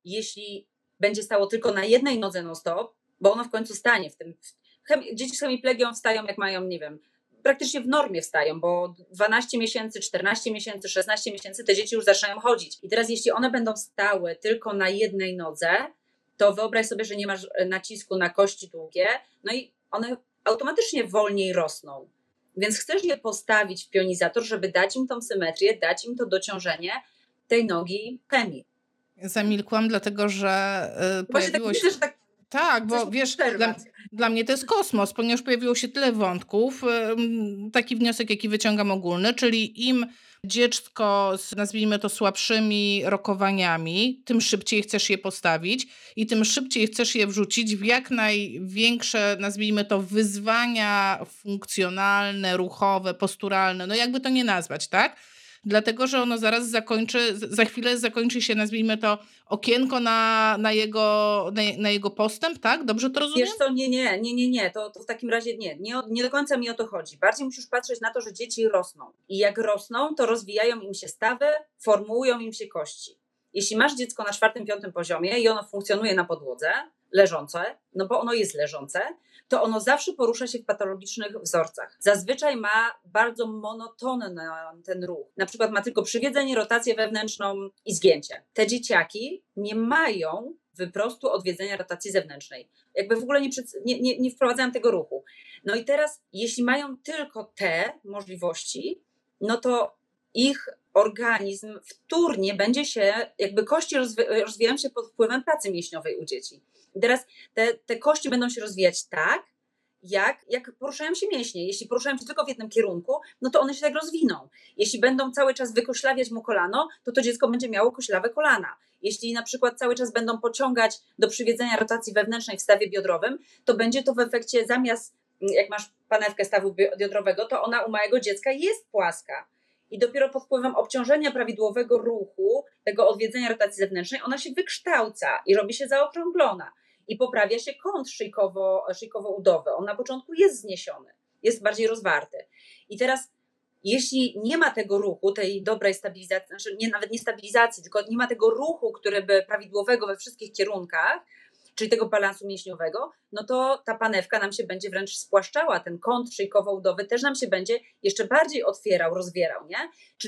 jeśli będzie stało tylko na jednej nodze non-stop, bo ono w końcu stanie w tym. Dzieci z hemiplegią wstają jak mają, nie wiem, praktycznie w normie wstają, bo dwanaście miesięcy, czternaście miesięcy, szesnaście miesięcy te dzieci już zaczynają chodzić. I teraz jeśli one będą stały tylko na jednej nodze, to wyobraź sobie, że nie masz nacisku na kości długie, no i one automatycznie wolniej rosną. Więc chcesz je postawić w pionizator, żeby dać im tą symetrię, dać im to dociążenie tej nogi chemii. Zamilkłam, dlatego że yy, Właśnie pojawiło tak się... widzę, że tak Tak, bo wiesz, dla, dla mnie to jest kosmos, ponieważ pojawiło się tyle wątków. Taki wniosek, jaki wyciągam ogólny, czyli im dziecko z, nazwijmy to, słabszymi rokowaniami, tym szybciej chcesz je postawić i tym szybciej chcesz je wrzucić w jak największe, nazwijmy to, wyzwania funkcjonalne, ruchowe, posturalne, no jakby to nie nazwać, tak? Dlatego, że ono zaraz zakończy, za chwilę zakończy się, nazwijmy to, okienko na, na, jego, na, na jego postęp, tak? Dobrze to rozumiem? Wiesz co, nie, nie, nie, nie, nie, to, to w takim razie nie, nie, nie do końca mi o to chodzi. Bardziej musisz patrzeć na to, że dzieci rosną i jak rosną, to rozwijają im się stawy, formułują im się kości. Jeśli masz dziecko na czwartym, piątym poziomie i ono funkcjonuje na podłodze, leżące, no bo ono jest leżące, to ono zawsze porusza się w patologicznych wzorcach. Zazwyczaj ma bardzo monotonny ten ruch. Na przykład ma tylko przywiedzenie, rotację wewnętrzną i zgięcie. Te dzieciaki nie mają wyprostu odwiedzenia rotacji zewnętrznej. Jakby w ogóle nie, nie, nie, nie wprowadzają tego ruchu. No i teraz, jeśli mają tylko te możliwości, no to ich organizm wtórnie będzie się, jakby kości rozwi- rozwijają się pod wpływem pracy mięśniowej u dzieci. I teraz te, te kości będą się rozwijać tak, jak, jak poruszają się mięśnie. Jeśli poruszają się tylko w jednym kierunku, no to one się tak rozwiną. Jeśli będą cały czas wykoślawiać mu kolano, to to dziecko będzie miało koślawe kolana. Jeśli na przykład cały czas będą pociągać do przywiedzenia rotacji wewnętrznej w stawie biodrowym, to będzie to w efekcie zamiast, jak masz panewkę stawu biodrowego, to ona u małego dziecka jest płaska. I dopiero pod wpływem obciążenia prawidłowego ruchu, tego odwiedzenia rotacji zewnętrznej, ona się wykształca i robi się zaokrąglona. I poprawia się kąt szyjkowo, szyjkowo-udowy. On na początku jest zniesiony, jest bardziej rozwarty. I teraz, jeśli nie ma tego ruchu, tej dobrej stabilizacji, znaczy nie, nawet nie stabilizacji, tylko nie ma tego ruchu, który by prawidłowego we wszystkich kierunkach, czyli tego balansu mięśniowego, no to ta panewka nam się będzie wręcz spłaszczała, ten kąt szyjkowo-udowy też nam się będzie jeszcze bardziej otwierał, rozwierał, nie? Czyli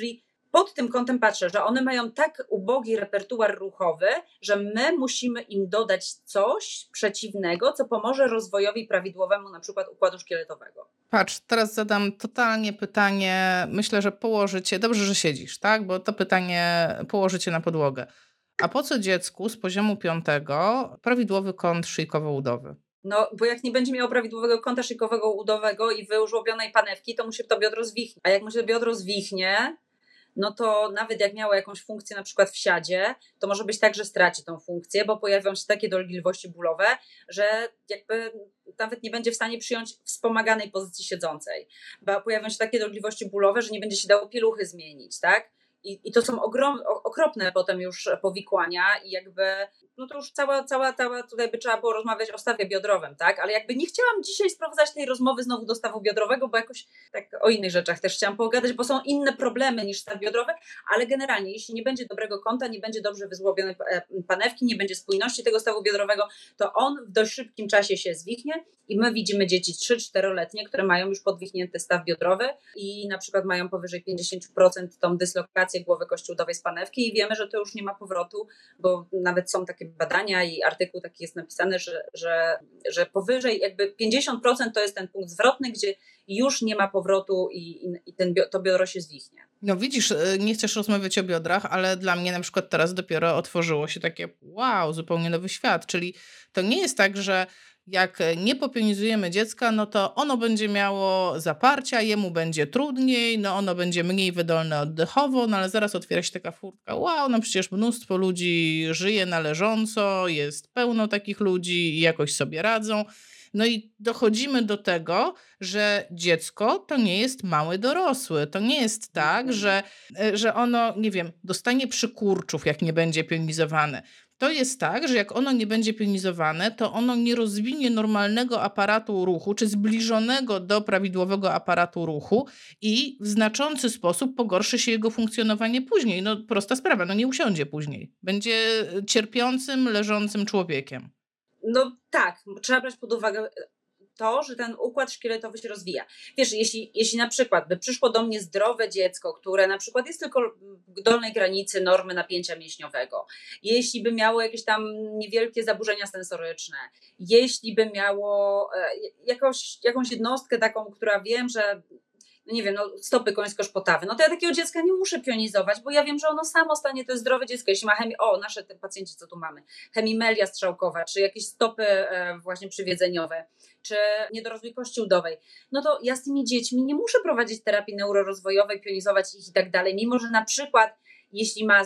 pod tym kątem patrzę, że one mają tak ubogi repertuar ruchowy, że my musimy im dodać coś przeciwnego, co pomoże rozwojowi prawidłowemu na przykład układu szkieletowego. Patrz, teraz zadam totalnie pytanie, myślę, że położycie, dobrze, że siedzisz, tak? Bo to pytanie położycie na podłogę. A po co dziecku z poziomu piątego prawidłowy kąt szyjkowo-udowy? No, bo jak nie będzie miało prawidłowego kąta szyjkowego udowego i wyżłobionej panewki, to mu się to biodro zwichnie. A jak mu się to biodro zwichnie, no to nawet jak miało jakąś funkcję na przykład w siadzie, to może być tak, że straci tą funkcję, bo pojawią się takie dolegliwości bólowe, że jakby nawet nie będzie w stanie przyjąć wspomaganej pozycji siedzącej. Bo pojawią się takie dolegliwości bólowe, że nie będzie się dało pieluchy zmienić, tak? I, i to są ogrom, okropne potem już powikłania i jakby, no to już cała, cała, cała, tutaj by trzeba było rozmawiać o stawie biodrowym, tak? Ale jakby nie chciałam dzisiaj sprowadzać tej rozmowy znowu do stawu biodrowego, bo jakoś tak o innych rzeczach też chciałam pogadać, bo są inne problemy niż staw biodrowy, ale generalnie, jeśli nie będzie dobrego kąta, nie będzie dobrze wyzłobionej panewki, nie będzie spójności tego stawu biodrowego, to on w dość szybkim czasie się zwichnie i my widzimy dzieci trzy-czteroletnie, które mają już podwichnięty staw biodrowy i na przykład mają powyżej pięćdziesiąt procent tą dyslokację głowy kości udowej z panewki i wiemy, że to już nie ma powrotu, bo nawet są takie badania i artykuł taki jest napisany, że, że, że powyżej jakby pięćdziesiąt procent to jest ten punkt zwrotny, gdzie już nie ma powrotu i, i, i ten, to biodro się zwichnie. No widzisz, nie chcesz rozmawiać o biodrach, ale dla mnie na przykład teraz dopiero otworzyło się takie wow, zupełnie nowy świat, czyli to nie jest tak, że jak nie popionizujemy dziecka, no to ono będzie miało zaparcia, jemu będzie trudniej, no ono będzie mniej wydolne oddechowo, no ale zaraz otwiera się taka furtka, wow, no przecież mnóstwo ludzi żyje należąco, jest pełno takich ludzi i jakoś sobie radzą. No i dochodzimy do tego, że dziecko to nie jest mały dorosły. To nie jest tak, że, że ono, nie wiem, dostanie przykurczów, jak nie będzie pionizowane. To jest tak, że jak ono nie będzie pionizowane, to ono nie rozwinie normalnego aparatu ruchu, czy zbliżonego do prawidłowego aparatu ruchu i w znaczący sposób pogorszy się jego funkcjonowanie później. No prosta sprawa, no nie usiądzie później. Będzie cierpiącym, leżącym człowiekiem. No tak, trzeba brać pod uwagę to, że ten układ szkieletowy się rozwija. Wiesz, jeśli, jeśli na przykład by przyszło do mnie zdrowe dziecko, które na przykład jest tylko w dolnej granicy normy napięcia mięśniowego, jeśli by miało jakieś tam niewielkie zaburzenia sensoryczne, jeśli by miało jakąś, jakąś jednostkę taką, która wiem, że no nie wiem, no stopy końsko-szpotawe, no to ja takiego dziecka nie muszę pionizować, bo ja wiem, że ono samo stanie, to jest zdrowe dziecko. Jeśli ma chemi- o, nasze te pacjenci, co tu mamy, hemimelia strzałkowa, czy jakieś stopy e, właśnie przywiedzeniowe, czy niedorozwój kości udowej, no to ja z tymi dziećmi nie muszę prowadzić terapii neurorozwojowej, pionizować ich i tak dalej, mimo że na przykład jeśli ma,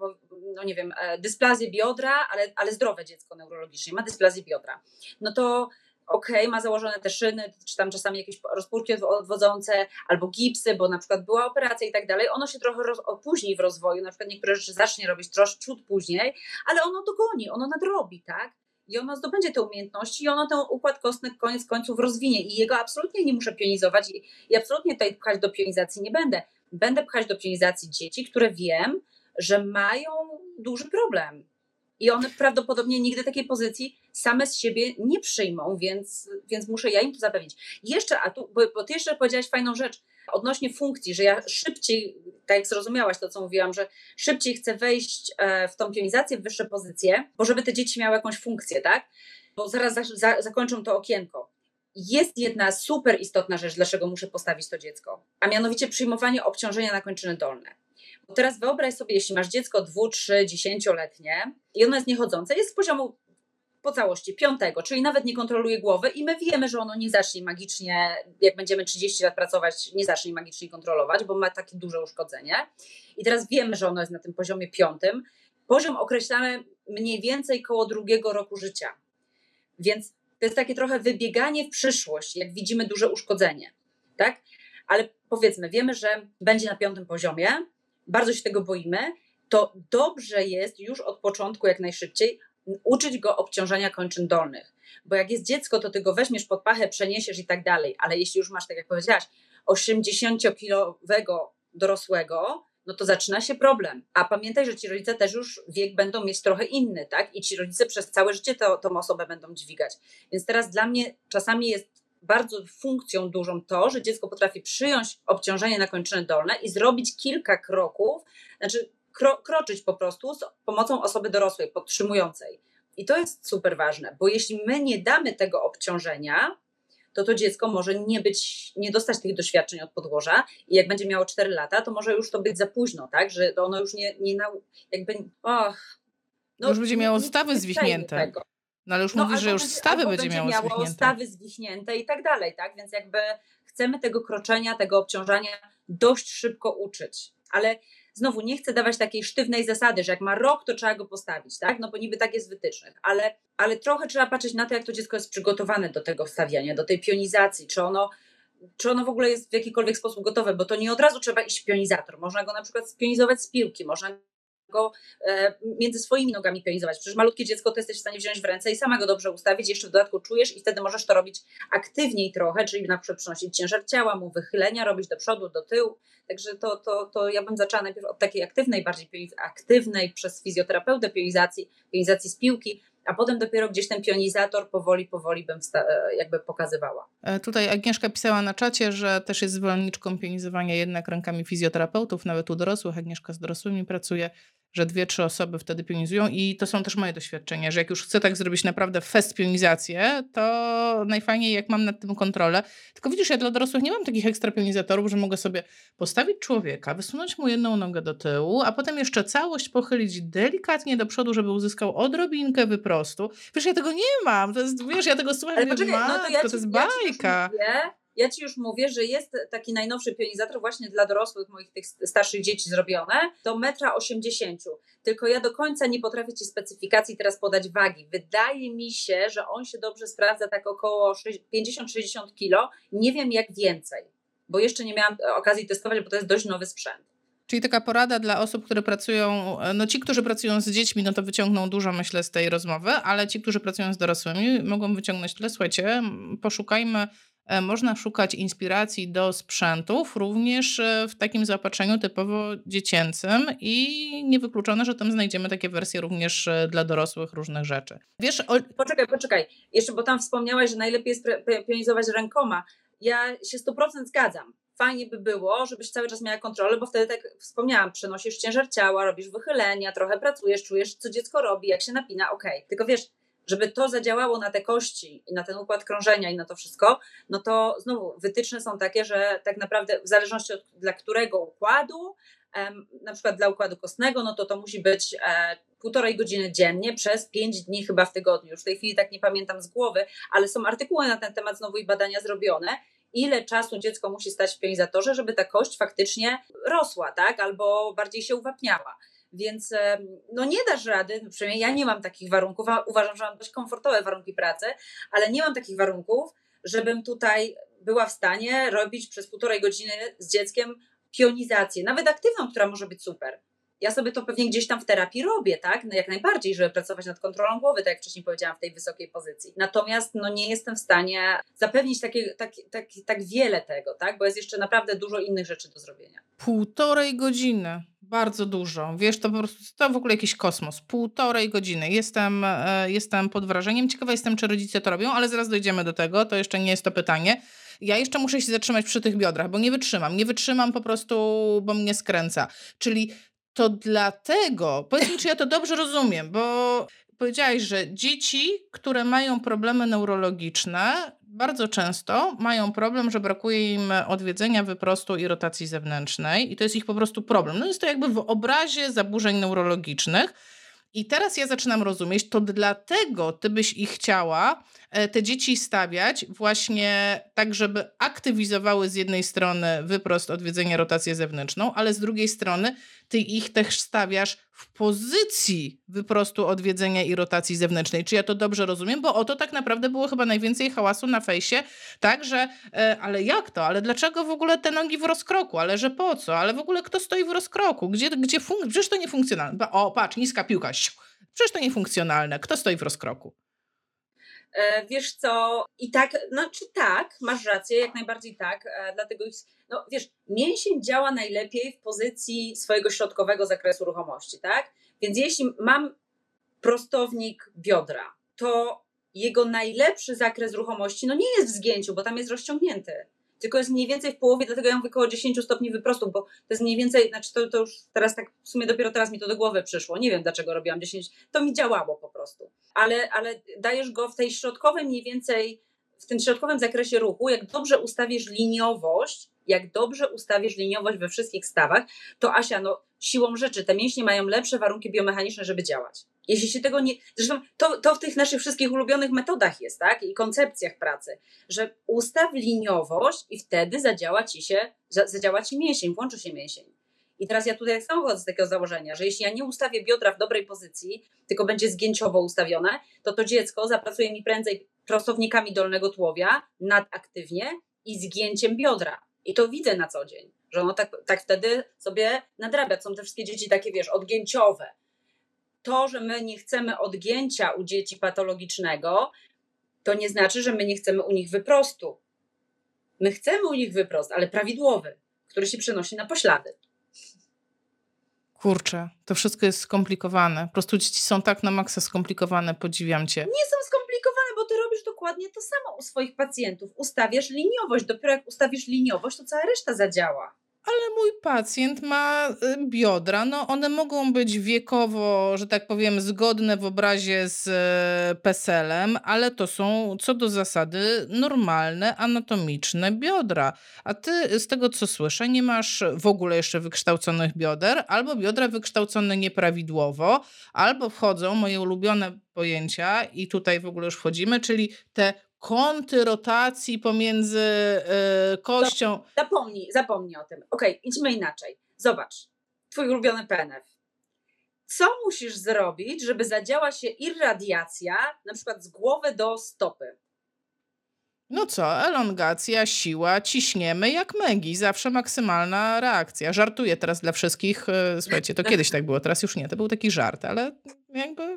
no nie wiem, dysplazję biodra, ale, ale zdrowe dziecko neurologicznie, ma dysplazję biodra, no to okej, okay, ma założone te szyny, czy tam czasami jakieś rozpórki odwodzące, albo gipsy, bo na przykład była operacja i tak dalej, ono się trochę roz, opóźni w rozwoju, na przykład niektóre rzeczy zacznie robić troszkę ciut później, ale ono dogoni, ono nadrobi, tak? I ono zdobędzie te umiejętności i ono ten układ kostny koniec końców rozwinie i jego absolutnie nie muszę pionizować i, i absolutnie tutaj pchać do pionizacji nie będę. Będę pchać do pionizacji dzieci, które wiem, że mają duży problem. I one prawdopodobnie nigdy takiej pozycji same z siebie nie przyjmą, więc, więc muszę ja im to zapewnić. Jeszcze, a tu, bo, bo ty jeszcze powiedziałaś fajną rzecz odnośnie funkcji, że ja szybciej, tak jak zrozumiałaś to, co mówiłam, że szybciej chcę wejść w tą pionizację, w wyższe pozycje, bo żeby te dzieci miały jakąś funkcję, tak? Bo zaraz za, za, zakończą to okienko. Jest jedna super istotna rzecz, dlaczego muszę postawić to dziecko, a mianowicie przyjmowanie obciążenia na kończyny dolne. Bo teraz wyobraź sobie, jeśli masz dziecko dwu, trzy, dziesięcioletnie i ono jest niechodzące, jest z poziomu po całości piątego, czyli nawet nie kontroluje głowy i my wiemy, że ono nie zacznie magicznie, jak będziemy trzydzieści lat pracować, nie zacznie magicznie kontrolować, bo ma takie duże uszkodzenie. I teraz wiemy, że ono jest na tym poziomie piątym. Poziom określamy mniej więcej koło drugiego roku życia. Więc to jest takie trochę wybieganie w przyszłość, jak widzimy duże uszkodzenie, tak? Ale powiedzmy, wiemy, że będzie na piątym poziomie, bardzo się tego boimy, to dobrze jest już od początku jak najszybciej uczyć go obciążenia kończyn dolnych. Bo jak jest dziecko, to ty go weźmiesz pod pachę, przeniesiesz i tak dalej, ale jeśli już masz, tak jak powiedziałaś, osiemdziesięciokilowego dorosłego, no to zaczyna się problem. A pamiętaj, że ci rodzice też już wiek będą mieć trochę inny, tak? I ci rodzice przez całe życie to, tą osobę będą dźwigać. Więc teraz dla mnie czasami jest bardzo funkcją dużą to, że dziecko potrafi przyjąć obciążenie na kończyny dolne i zrobić kilka kroków, znaczy kro, kroczyć po prostu z pomocą osoby dorosłej, podtrzymującej. I to jest super ważne, bo jeśli my nie damy tego obciążenia, to to dziecko może nie być, nie dostać tych doświadczeń od podłoża i jak będzie miało cztery lata, to może już to być za późno, tak, że ono już nie, nie nau, jakby, och, no, już będzie miało nie, stawy nie zwichnięte. tego. No ale już No, mówisz, że już będzie, stawy będzie, będzie miało miało zwichnięte. stawy zwichnięte i tak dalej, tak, więc jakby chcemy tego kroczenia, tego obciążania dość szybko uczyć, ale znowu nie chcę dawać takiej sztywnej zasady, że jak ma rok, to trzeba go postawić, tak? No bo niby tak jest w wytycznych, ale, ale trochę trzeba patrzeć na to, jak to dziecko jest przygotowane do tego stawiania, do tej pionizacji, czy ono, czy ono w ogóle jest w jakikolwiek sposób gotowe, bo to nie od razu trzeba iść w pionizator. Można go na przykład spionizować z piłki, można go e, między swoimi nogami pionizować. Przecież malutkie dziecko to jesteś w stanie wziąć w ręce i sama go dobrze ustawić, jeszcze w dodatku czujesz i wtedy możesz to robić aktywniej trochę, czyli na przykład przynosić ciężar ciała, mu wychylenia, robić do przodu, do tyłu. Także to, to, to ja bym zaczęła najpierw od takiej aktywnej, bardziej aktywnej przez fizjoterapeutę pionizacji, pionizacji z piłki, a potem dopiero gdzieś ten pionizator powoli, powoli bym wsta- jakby pokazywała. Tutaj Agnieszka pisała na czacie, że też jest zwolenniczką pionizowania jednak rękami fizjoterapeutów, nawet u dorosłych. Agnieszka z dorosłymi pracuje, że dwie, trzy osoby wtedy pionizują i to są też moje doświadczenia, że jak już chcę tak zrobić naprawdę fest pionizację, to najfajniej jak mam nad tym kontrolę. Tylko widzisz, ja dla dorosłych nie mam takich ekstra pionizatorów, że mogę sobie postawić człowieka, wysunąć mu jedną nogę do tyłu, a potem jeszcze całość pochylić delikatnie do przodu, żeby uzyskał odrobinkę wyprostu. Wiesz, ja tego nie mam. To jest, wiesz, ja tego słucham, Ale mówię, poczekaj, no to, ja ci, to jest ja ci bajka. Ja Ci już mówię, że jest taki najnowszy pionizator właśnie dla dorosłych, moich tych starszych dzieci zrobione, to metra osiemdziesięciu. Tylko ja do końca nie potrafię Ci specyfikacji teraz podać wagi. Wydaje mi się, że on się dobrze sprawdza tak około pięćdziesiąt sześćdziesiąt kilo. Nie wiem jak więcej, bo jeszcze nie miałam okazji testować, bo to jest dość nowy sprzęt. Czyli taka porada dla osób, które pracują, no ci, którzy pracują z dziećmi, no to wyciągną dużo, myślę, z tej rozmowy, ale ci, którzy pracują z dorosłymi, mogą wyciągnąć tyle. Słuchajcie, poszukajmy, można szukać inspiracji do sprzętów również w takim zaopatrzeniu typowo dziecięcym i niewykluczone, że tam znajdziemy takie wersje również dla dorosłych różnych rzeczy. Wiesz, o... Poczekaj, poczekaj. Jeszcze, bo tam wspomniałaś, że najlepiej jest pionizować rękoma. Ja się sto procent zgadzam. Fajnie by było, żebyś cały czas miała kontrolę, bo wtedy, tak wspomniałam, przenosisz ciężar ciała, robisz wychylenia, trochę pracujesz, czujesz, co dziecko robi, jak się napina, okej. Okay. Tylko wiesz, żeby to zadziałało na te kości i na ten układ krążenia i na to wszystko, no to znowu wytyczne są takie, że tak naprawdę w zależności od dla którego układu, em, na przykład dla układu kostnego, no to to musi być e, półtorej godziny dziennie przez pięć dni chyba w tygodniu. Już w tej chwili tak nie pamiętam z głowy, ale są artykuły na ten temat znowu i badania zrobione, ile czasu dziecko musi stać w pionizatorze, żeby ta kość faktycznie rosła, tak, albo bardziej się uwapniała. Więc no nie dasz rady, przynajmniej ja nie mam takich warunków, a uważam, że mam dość komfortowe warunki pracy, ale nie mam takich warunków, żebym tutaj była w stanie robić przez półtorej godziny z dzieckiem pionizację, nawet aktywną, która może być super. Ja sobie to pewnie gdzieś tam w terapii robię, tak? No jak najbardziej, żeby pracować nad kontrolą głowy, tak jak wcześniej powiedziałam, w tej wysokiej pozycji. Natomiast no nie jestem w stanie zapewnić takie, tak, tak, tak wiele tego, tak? Bo jest jeszcze naprawdę dużo innych rzeczy do zrobienia. Półtorej godziny. Bardzo dużo. Wiesz, to po prostu to w ogóle jakiś kosmos. Półtorej godziny. Jestem, e, jestem pod wrażeniem. Ciekawa jestem, czy rodzice to robią, ale zaraz dojdziemy do tego. To jeszcze nie jest to pytanie. Ja jeszcze muszę się zatrzymać przy tych biodrach, bo nie wytrzymam. Nie wytrzymam po prostu, bo mnie skręca. Czyli to dlatego, powiedz mi, czy ja to dobrze rozumiem, bo powiedziałaś, że dzieci, które mają problemy neurologiczne, bardzo często mają problem, że brakuje im odwiedzenia, wyprostu i rotacji zewnętrznej i to jest ich po prostu problem. No jest to jakby w obrazie zaburzeń neurologicznych. I teraz ja zaczynam rozumieć, to dlatego ty byś ich chciała, te dzieci stawiać właśnie tak, żeby aktywizowały z jednej strony wyprost, odwiedzenie, rotację zewnętrzną, ale z drugiej strony ty ich też stawiasz w pozycji wyprostu, odwiedzenia i rotacji zewnętrznej. Czy ja to dobrze rozumiem? Bo o to tak naprawdę było chyba najwięcej hałasu na fejsie, tak, że e, ale jak to? Ale dlaczego w ogóle te nogi w rozkroku? Ale że po co? Ale w ogóle kto stoi w rozkroku? Gdzie, gdzie fun- Przecież to niefunkcjonalne. O, patrz, niska piłka. Przecież to niefunkcjonalne. Kto stoi w rozkroku? Wiesz co, i tak, znaczy tak, masz rację, jak najbardziej tak, dlatego no wiesz, mięsień działa najlepiej w pozycji swojego środkowego zakresu ruchomości, tak? Więc jeśli mam prostownik biodra, to jego najlepszy zakres ruchomości no nie jest w zgięciu, bo tam jest rozciągnięty, tylko jest mniej więcej w połowie, dlatego ja mówię około dziesięć stopni wyprostu, bo to jest mniej więcej, znaczy to, to już teraz tak, w sumie dopiero teraz mi to do głowy przyszło, nie wiem dlaczego robiłam dziesięć, to mi działało po prostu, ale, ale dajesz go w tej środkowej mniej więcej, w tym środkowym zakresie ruchu, jak dobrze ustawisz liniowość, jak dobrze ustawisz liniowość we wszystkich stawach, to Asia, no siłą rzeczy te mięśnie mają lepsze warunki biomechaniczne, żeby działać. Jeśli się tego nie... Zresztą to, to w tych naszych wszystkich ulubionych metodach jest, tak? I koncepcjach pracy, że ustaw liniowość i wtedy zadziała ci się, zadziała ci mięsień, włączy się mięsień. I teraz ja tutaj tak samo chodzę z takiego założenia, że jeśli ja nie ustawię biodra w dobrej pozycji, tylko będzie zgięciowo ustawione, to to dziecko zapracuje mi prędzej prostownikami dolnego tułowia, nadaktywnie i zgięciem biodra. I to widzę na co dzień, że ono tak, tak wtedy sobie nadrabia. Są te wszystkie dzieci takie, wiesz, odgięciowe. To, że my nie chcemy odgięcia u dzieci patologicznego, to nie znaczy, że my nie chcemy u nich wyprostu. My chcemy u nich wyprost, ale prawidłowy, który się przenosi na poślady. Kurczę, to wszystko jest skomplikowane. Po prostu dzieci są tak na maksa skomplikowane, podziwiam cię. Nie są skomplikowane, bo ty robisz dokładnie to samo u swoich pacjentów. Ustawiasz liniowość. Dopiero jak ustawisz liniowość, to cała reszta zadziała. Ale mój pacjent ma biodra, no one mogą być wiekowo, że tak powiem, zgodne w obrazie z peselem, ale to są co do zasady normalne, anatomiczne biodra. A ty z tego co słyszę, nie masz w ogóle jeszcze wykształconych bioder, albo biodra wykształcone nieprawidłowo, albo wchodzą moje ulubione pojęcia i tutaj w ogóle już wchodzimy, czyli te kąty rotacji pomiędzy y, kością. Zapomnij, zapomnij o tym. Okej, okay, idźmy inaczej. Zobacz, twój ulubiony P N F. Co musisz zrobić, żeby zadziała się irradiacja, na przykład z głowy do stopy? No co, elongacja, siła, ciśniemy jak megi, zawsze maksymalna reakcja. Żartuję teraz dla wszystkich, słuchajcie, to kiedyś tak było, teraz już nie, to był taki żart, ale jakby...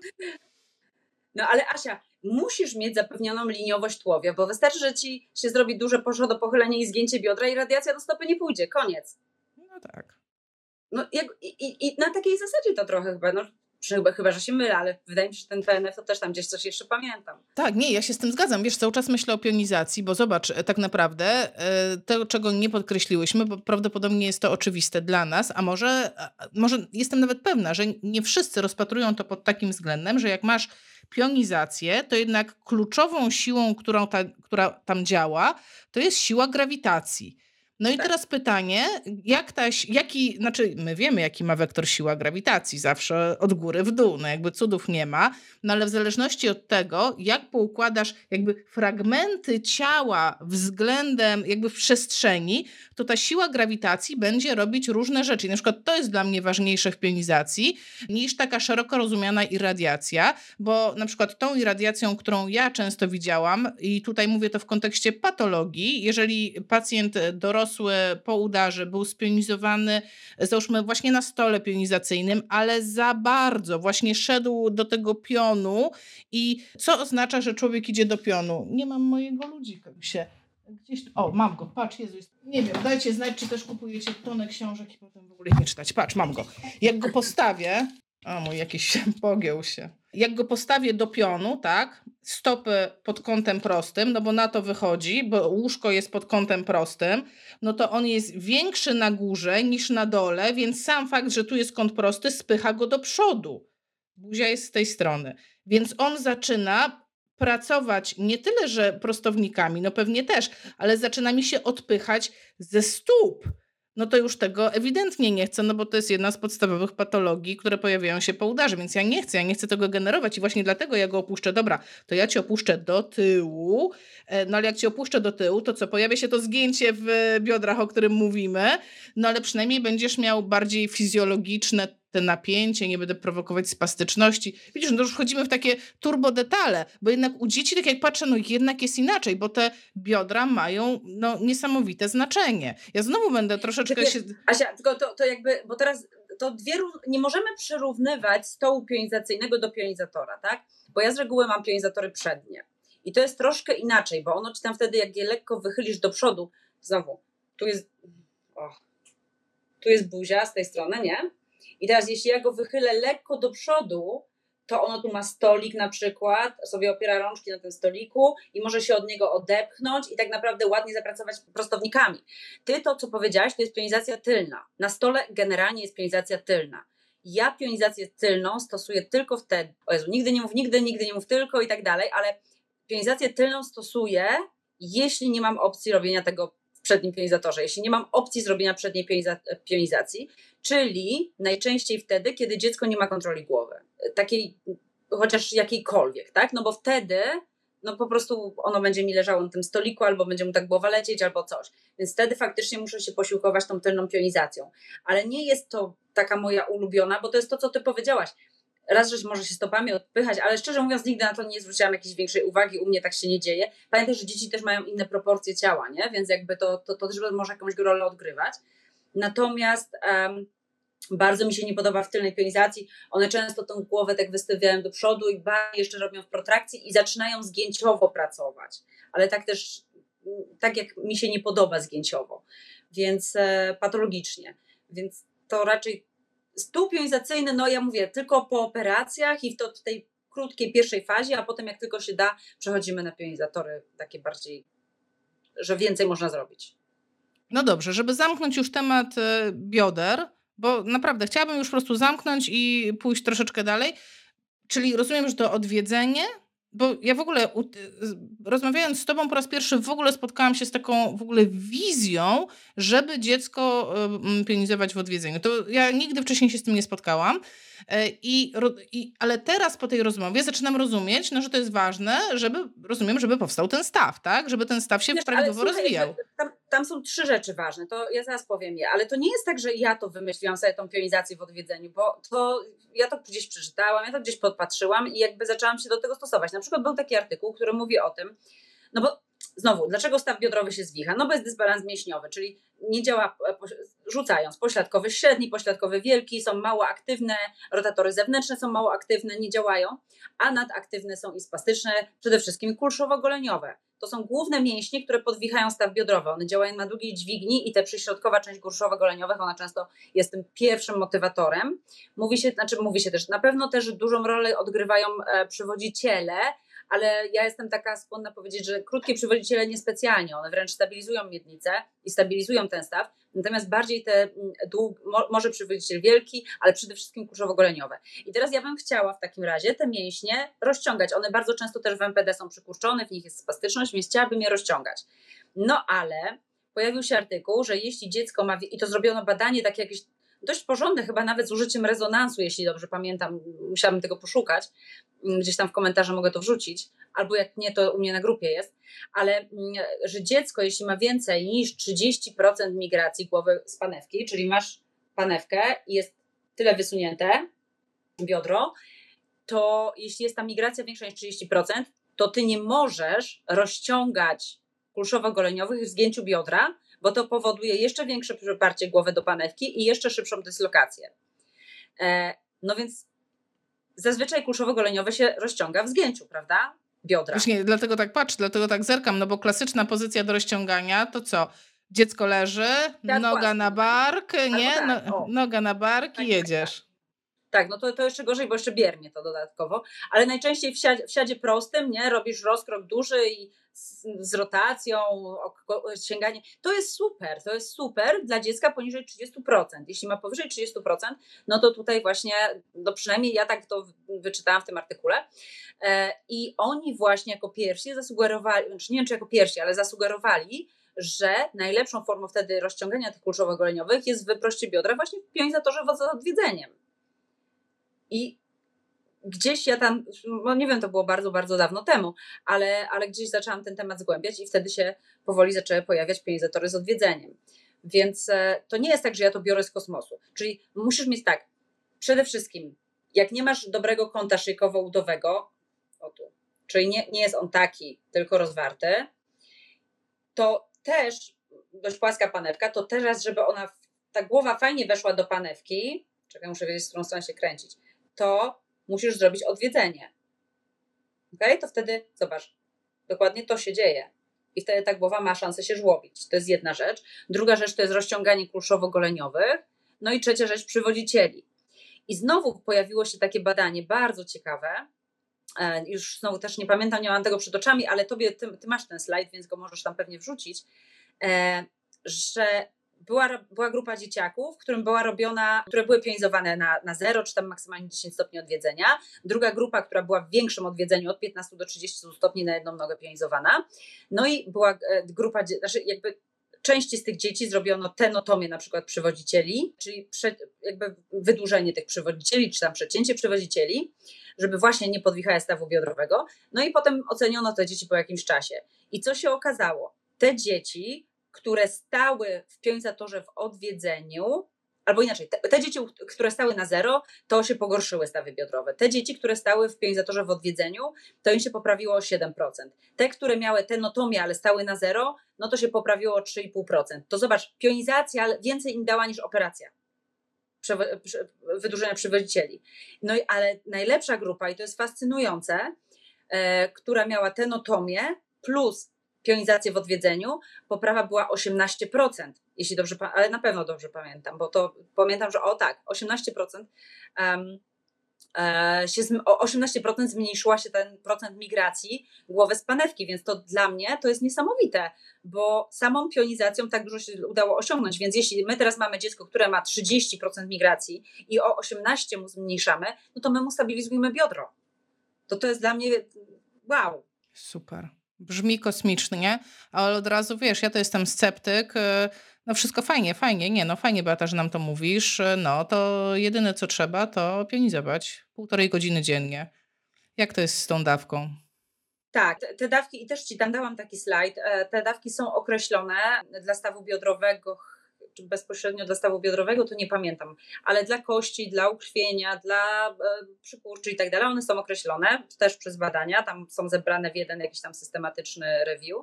No ale Asia, musisz mieć zapewnioną liniowość tułowia, bo wystarczy, że ci się zrobi duże pochodopochylenie i zgięcie biodra i radiacja do stopy nie pójdzie, koniec. No tak. No jak, i, i na takiej zasadzie to trochę chyba, no chyba, chyba, że się mylę, ale wydaje mi się, że ten P N F to też tam gdzieś coś jeszcze pamiętam. Tak, nie, ja się z tym zgadzam. Wiesz, cały czas myślę o pionizacji, bo zobacz, tak naprawdę to, czego nie podkreśliłyśmy, bo prawdopodobnie jest to oczywiste dla nas, a może, może jestem nawet pewna, że nie wszyscy rozpatrują to pod takim względem, że jak masz pionizację, to jednak kluczową siłą, którą ta, która tam działa, to jest siła grawitacji. No i tak. Teraz pytanie, jak ta, jaki, znaczy my wiemy, jaki ma wektor siła grawitacji, zawsze od góry w dół, no jakby cudów nie ma, no ale w zależności od tego, jak poukładasz jakby fragmenty ciała względem jakby w przestrzeni, to ta siła grawitacji będzie robić różne rzeczy. I na przykład to jest dla mnie ważniejsze w pionizacji niż taka szeroko rozumiana irradiacja, bo na przykład tą irradiacją, którą ja często widziałam i tutaj mówię to w kontekście patologii, jeżeli pacjent dorosły po udarze był spionizowany, załóżmy właśnie na stole pionizacyjnym, ale za bardzo właśnie szedł do tego pionu i co oznacza, że człowiek idzie do pionu? Nie mam mojego ludzika się. Gdzieś, o, mam go, patrz, Jezu, nie wiem, dajcie znać, czy też kupujecie tonę książek i potem w ogóle ich nie czytać. Patrz, mam go. Jak go postawię, o mój jakiś pogiął się. Jak go postawię do pionu, tak, stopy pod kątem prostym, no bo na to wychodzi, bo łóżko jest pod kątem prostym, no to on jest większy na górze niż na dole, więc sam fakt, że tu jest kąt prosty, spycha go do przodu. Buzia jest z tej strony. Więc on zaczyna pracować nie tyle, że prostownikami, no pewnie też, ale zaczyna mi się odpychać ze stóp. No to już tego ewidentnie nie chcę, no bo to jest jedna z podstawowych patologii, które pojawiają się po udarze, więc ja nie chcę, ja nie chcę tego generować i właśnie dlatego ja go opuszczę. Dobra, to ja cię opuszczę do tyłu, no ale jak cię opuszczę do tyłu, to co? Pojawia się to zgięcie w biodrach, o którym mówimy, no ale przynajmniej będziesz miał bardziej fizjologiczne te napięcie, nie będę prowokować spastyczności. Widzisz, no już wchodzimy w takie turbo detale, bo jednak u dzieci, tak jak patrzę, no jednak jest inaczej, bo te biodra mają no, niesamowite znaczenie. Ja znowu będę troszeczkę Tylko, się... Asia, tylko to, to jakby, bo teraz to dwie, nie możemy przyrównywać stołu pionizacyjnego do pionizatora, tak? Bo ja z reguły mam pionizatory przednie. I to jest troszkę inaczej, bo ono ci tam wtedy, jak je lekko wychylisz do przodu, znowu, tu jest, o, tu jest buzia z tej strony, nie? I teraz jeśli ja go wychylę lekko do przodu, to ono tu ma stolik na przykład, sobie opiera rączki na tym stoliku i może się od niego odepchnąć i tak naprawdę ładnie zapracować prostownikami. Ty to, co powiedziałaś, to jest pionizacja tylna. Na stole generalnie jest pionizacja tylna. Ja pionizację tylną stosuję tylko wtedy, o Jezu, nigdy nie mów nigdy, nigdy nie mów tylko i tak dalej, ale pionizację tylną stosuję, jeśli nie mam opcji robienia tego w przednim pionizatorze, jeśli nie mam opcji zrobienia przedniej pionizacji, czyli najczęściej wtedy, kiedy dziecko nie ma kontroli głowy, takiej chociaż jakiejkolwiek, tak? No bo wtedy no po prostu ono będzie mi leżało na tym stoliku, albo będzie mu tak głowa lecieć, albo coś. Więc wtedy faktycznie muszę się posiłkować tą tylną pionizacją. Ale nie jest to taka moja ulubiona, bo to jest to, co ty powiedziałaś. Raz, że może się stopami odpychać, ale szczerze mówiąc nigdy na to nie zwróciłam jakiejś większej uwagi, u mnie tak się nie dzieje. Pamiętaj, że dzieci też mają inne proporcje ciała, nie? Więc jakby to, to, to też może jakąś rolę odgrywać. Natomiast um, bardzo mi się nie podoba w tylnej pionizacji. One często tą głowę tak wystawiają do przodu i bardziej jeszcze robią w protrakcji i zaczynają zgięciowo pracować. Ale tak też, tak jak mi się nie podoba zgięciowo, więc e, patologicznie. Więc to raczej stół pionizacyjny, no ja mówię, tylko po operacjach i w, to, w tej krótkiej pierwszej fazie, a potem jak tylko się da, przechodzimy na pionizatory takie bardziej, że więcej można zrobić. No dobrze, żeby zamknąć już temat bioder, bo naprawdę chciałabym już po prostu zamknąć i pójść troszeczkę dalej, czyli rozumiem, że to odwiedzenie, bo ja w ogóle rozmawiając z tobą po raz pierwszy w ogóle spotkałam się z taką w ogóle wizją, żeby dziecko pionizować w odwiedzeniu. To ja nigdy wcześniej się z tym nie spotkałam, I, i, ale teraz po tej rozmowie zaczynam rozumieć, no, że to jest ważne, żeby, rozumiem, żeby powstał ten staw, tak? Żeby ten staw się Wiesz, prawidłowo słuchaj, rozwijał. Tam, tam są trzy rzeczy ważne, to ja zaraz powiem je, ale to nie jest tak, że ja to wymyśliłam sobie tą pionizację w odwiedzeniu, bo to ja to gdzieś przeczytałam, ja to gdzieś podpatrzyłam i jakby zaczęłam się do tego stosować. Na przykład był taki artykuł, który mówi o tym, no bo znowu, dlaczego staw biodrowy się zwicha? No bo jest dysbalans mięśniowy, czyli nie działa, rzucając, pośladkowy średni, pośladkowy wielki, są mało aktywne, rotatory zewnętrzne są mało aktywne, nie działają, a nadaktywne są i spastyczne, przede wszystkim kulszowo-goleniowe. To są główne mięśnie, które podwichają staw biodrowy. One działają na długiej dźwigni i ta przyśrodkowa część kulszowo-goleniowych, ona często jest tym pierwszym motywatorem. Mówi się, znaczy mówi się też, na pewno też dużą rolę odgrywają przywodziciele, ale ja jestem taka skłonna powiedzieć, że krótkie przywodziciele niespecjalnie, one wręcz stabilizują miednicę i stabilizują ten staw, natomiast bardziej te dług, może przywodziciel wielki, ale przede wszystkim kurczowo-goleniowe. I teraz ja bym chciała w takim razie te mięśnie rozciągać. One bardzo często też w M P D są przykurczone, w nich jest spastyczność, więc chciałabym je rozciągać. No ale pojawił się artykuł, że jeśli dziecko ma, i to zrobiono badanie takie jakieś dość porządne, chyba nawet z użyciem rezonansu, jeśli dobrze pamiętam, musiałabym tego poszukać, gdzieś tam w komentarze mogę to wrzucić, albo jak nie, to u mnie na grupie jest, ale że dziecko, jeśli ma więcej niż trzydzieści procent migracji głowy z panewki, czyli masz panewkę i jest tyle wysunięte biodro, to jeśli jest ta migracja większa niż trzydzieści procent, to ty nie możesz rozciągać kulszowo-goleniowych w zgięciu biodra, bo to powoduje jeszcze większe przyparcie głowy do panewki i jeszcze szybszą dyslokację. No więc zazwyczaj kulszowo-goleniowe się rozciąga w zgięciu, prawda? Biodra. Właśnie, dlatego tak patrzę, dlatego tak zerkam, no bo klasyczna pozycja do rozciągania to co? Dziecko leży, Teatr noga płaski. na bark, nie? Tak, no, noga na bark tak, i jedziesz. Tak, tak. Tak, no to, to jeszcze gorzej, bo jeszcze biernie to dodatkowo, ale najczęściej w siadzie, w siadzie prostym, nie, robisz rozkrok duży i z, z rotacją, sięganie, to jest super, to jest super dla dziecka poniżej trzydzieści procent. Jeśli ma powyżej trzydzieści procent, no to tutaj właśnie, no przynajmniej ja tak to wyczytałam w tym artykule e, i oni właśnie jako pierwsi zasugerowali, znaczy nie wiem czy jako pierwsi, ale zasugerowali, że najlepszą formą wtedy rozciągania tych kulszowo-goleniowych jest w wyproście biodra właśnie w pionizatorze z odwiedzeniem. I gdzieś ja tam, no nie wiem, to było bardzo, bardzo dawno temu, ale, ale gdzieś zaczęłam ten temat zgłębiać i wtedy się powoli zaczęły pojawiać pionizatory z odwiedzeniem. Więc to nie jest tak, że ja to biorę z kosmosu. Czyli musisz mieć tak, przede wszystkim, jak nie masz dobrego kąta szyjkowo-udowego, o tu, czyli nie, nie jest on taki, tylko rozwarty, to też dość płaska panewka, to teraz, żeby ona, ta głowa fajnie weszła do panewki, czekaj, muszę wiedzieć, z którą stronę się kręcić, to musisz zrobić odwiedzenie. Okej? To wtedy, zobacz, dokładnie to się dzieje. I wtedy ta głowa ma szansę się żłobić. To jest jedna rzecz. Druga rzecz to jest rozciąganie kulszowo-goleniowych. No i trzecia rzecz, przywodzicieli. I znowu pojawiło się takie badanie bardzo ciekawe, już znowu też nie pamiętam, nie mam tego przed oczami, ale tobie, ty, ty masz ten slajd, więc go możesz tam pewnie wrzucić, że była, była grupa dzieciaków, którym była robiona, które były pionizowane na, na zero, czy tam maksymalnie dziesięć stopni odwiedzenia. Druga grupa, która była w większym odwiedzeniu, od piętnastu do trzydziestu stopni na jedną nogę pionizowana. No i była grupa, znaczy jakby części z tych dzieci zrobiono tenotomię na przykład przywodzicieli, czyli prze, jakby wydłużenie tych przywodzicieli, czy tam przecięcie przywodzicieli, żeby właśnie nie podwichać stawu biodrowego. No i potem oceniono te dzieci po jakimś czasie. I co się okazało? Te dzieci, które stały w pionizatorze w odwiedzeniu, albo inaczej, te, te dzieci, które stały na zero, to się pogorszyły stawy biodrowe. Te dzieci, które stały w pionizatorze w odwiedzeniu, to im się poprawiło o siedem procent. Te, które miały tenotomię, ale stały na zero, no to się poprawiło o trzy i pół procent. To zobacz, pionizacja więcej im dała niż operacja wydłużenia przywodzicieli. No i ale najlepsza grupa, i to jest fascynujące, e, która miała tenotomię plus pionizację w odwiedzeniu, poprawa była osiemnaście procent, jeśli dobrze, ale na pewno dobrze pamiętam, bo to pamiętam, że o tak, osiemnaście procent um, e, się, o osiemnaście procent zmniejszyła się ten procent migracji głowy z panewki, więc to dla mnie to jest niesamowite, bo samą pionizacją tak dużo się udało osiągnąć, więc jeśli my teraz mamy dziecko, które ma trzydzieści procent migracji i o osiemnaście procent mu zmniejszamy, no to my mu stabilizujemy biodro. To to jest dla mnie wow. Super. Brzmi kosmicznie, ale od razu wiesz, ja to jestem sceptyk, no wszystko fajnie, fajnie, nie no fajnie Beata, że nam to mówisz, no to jedyne co trzeba to pionizować półtorej godziny dziennie. Jak to jest z tą dawką? Tak, te, te dawki, i też ci tam dałam taki slajd, te dawki są określone dla stawu biodrowego, czy bezpośrednio dla stawu biodrowego, to nie pamiętam, ale dla kości, dla ukrwienia, dla e, przykurczy i tak dalej, one są określone też przez badania, tam są zebrane w jeden jakiś tam systematyczny review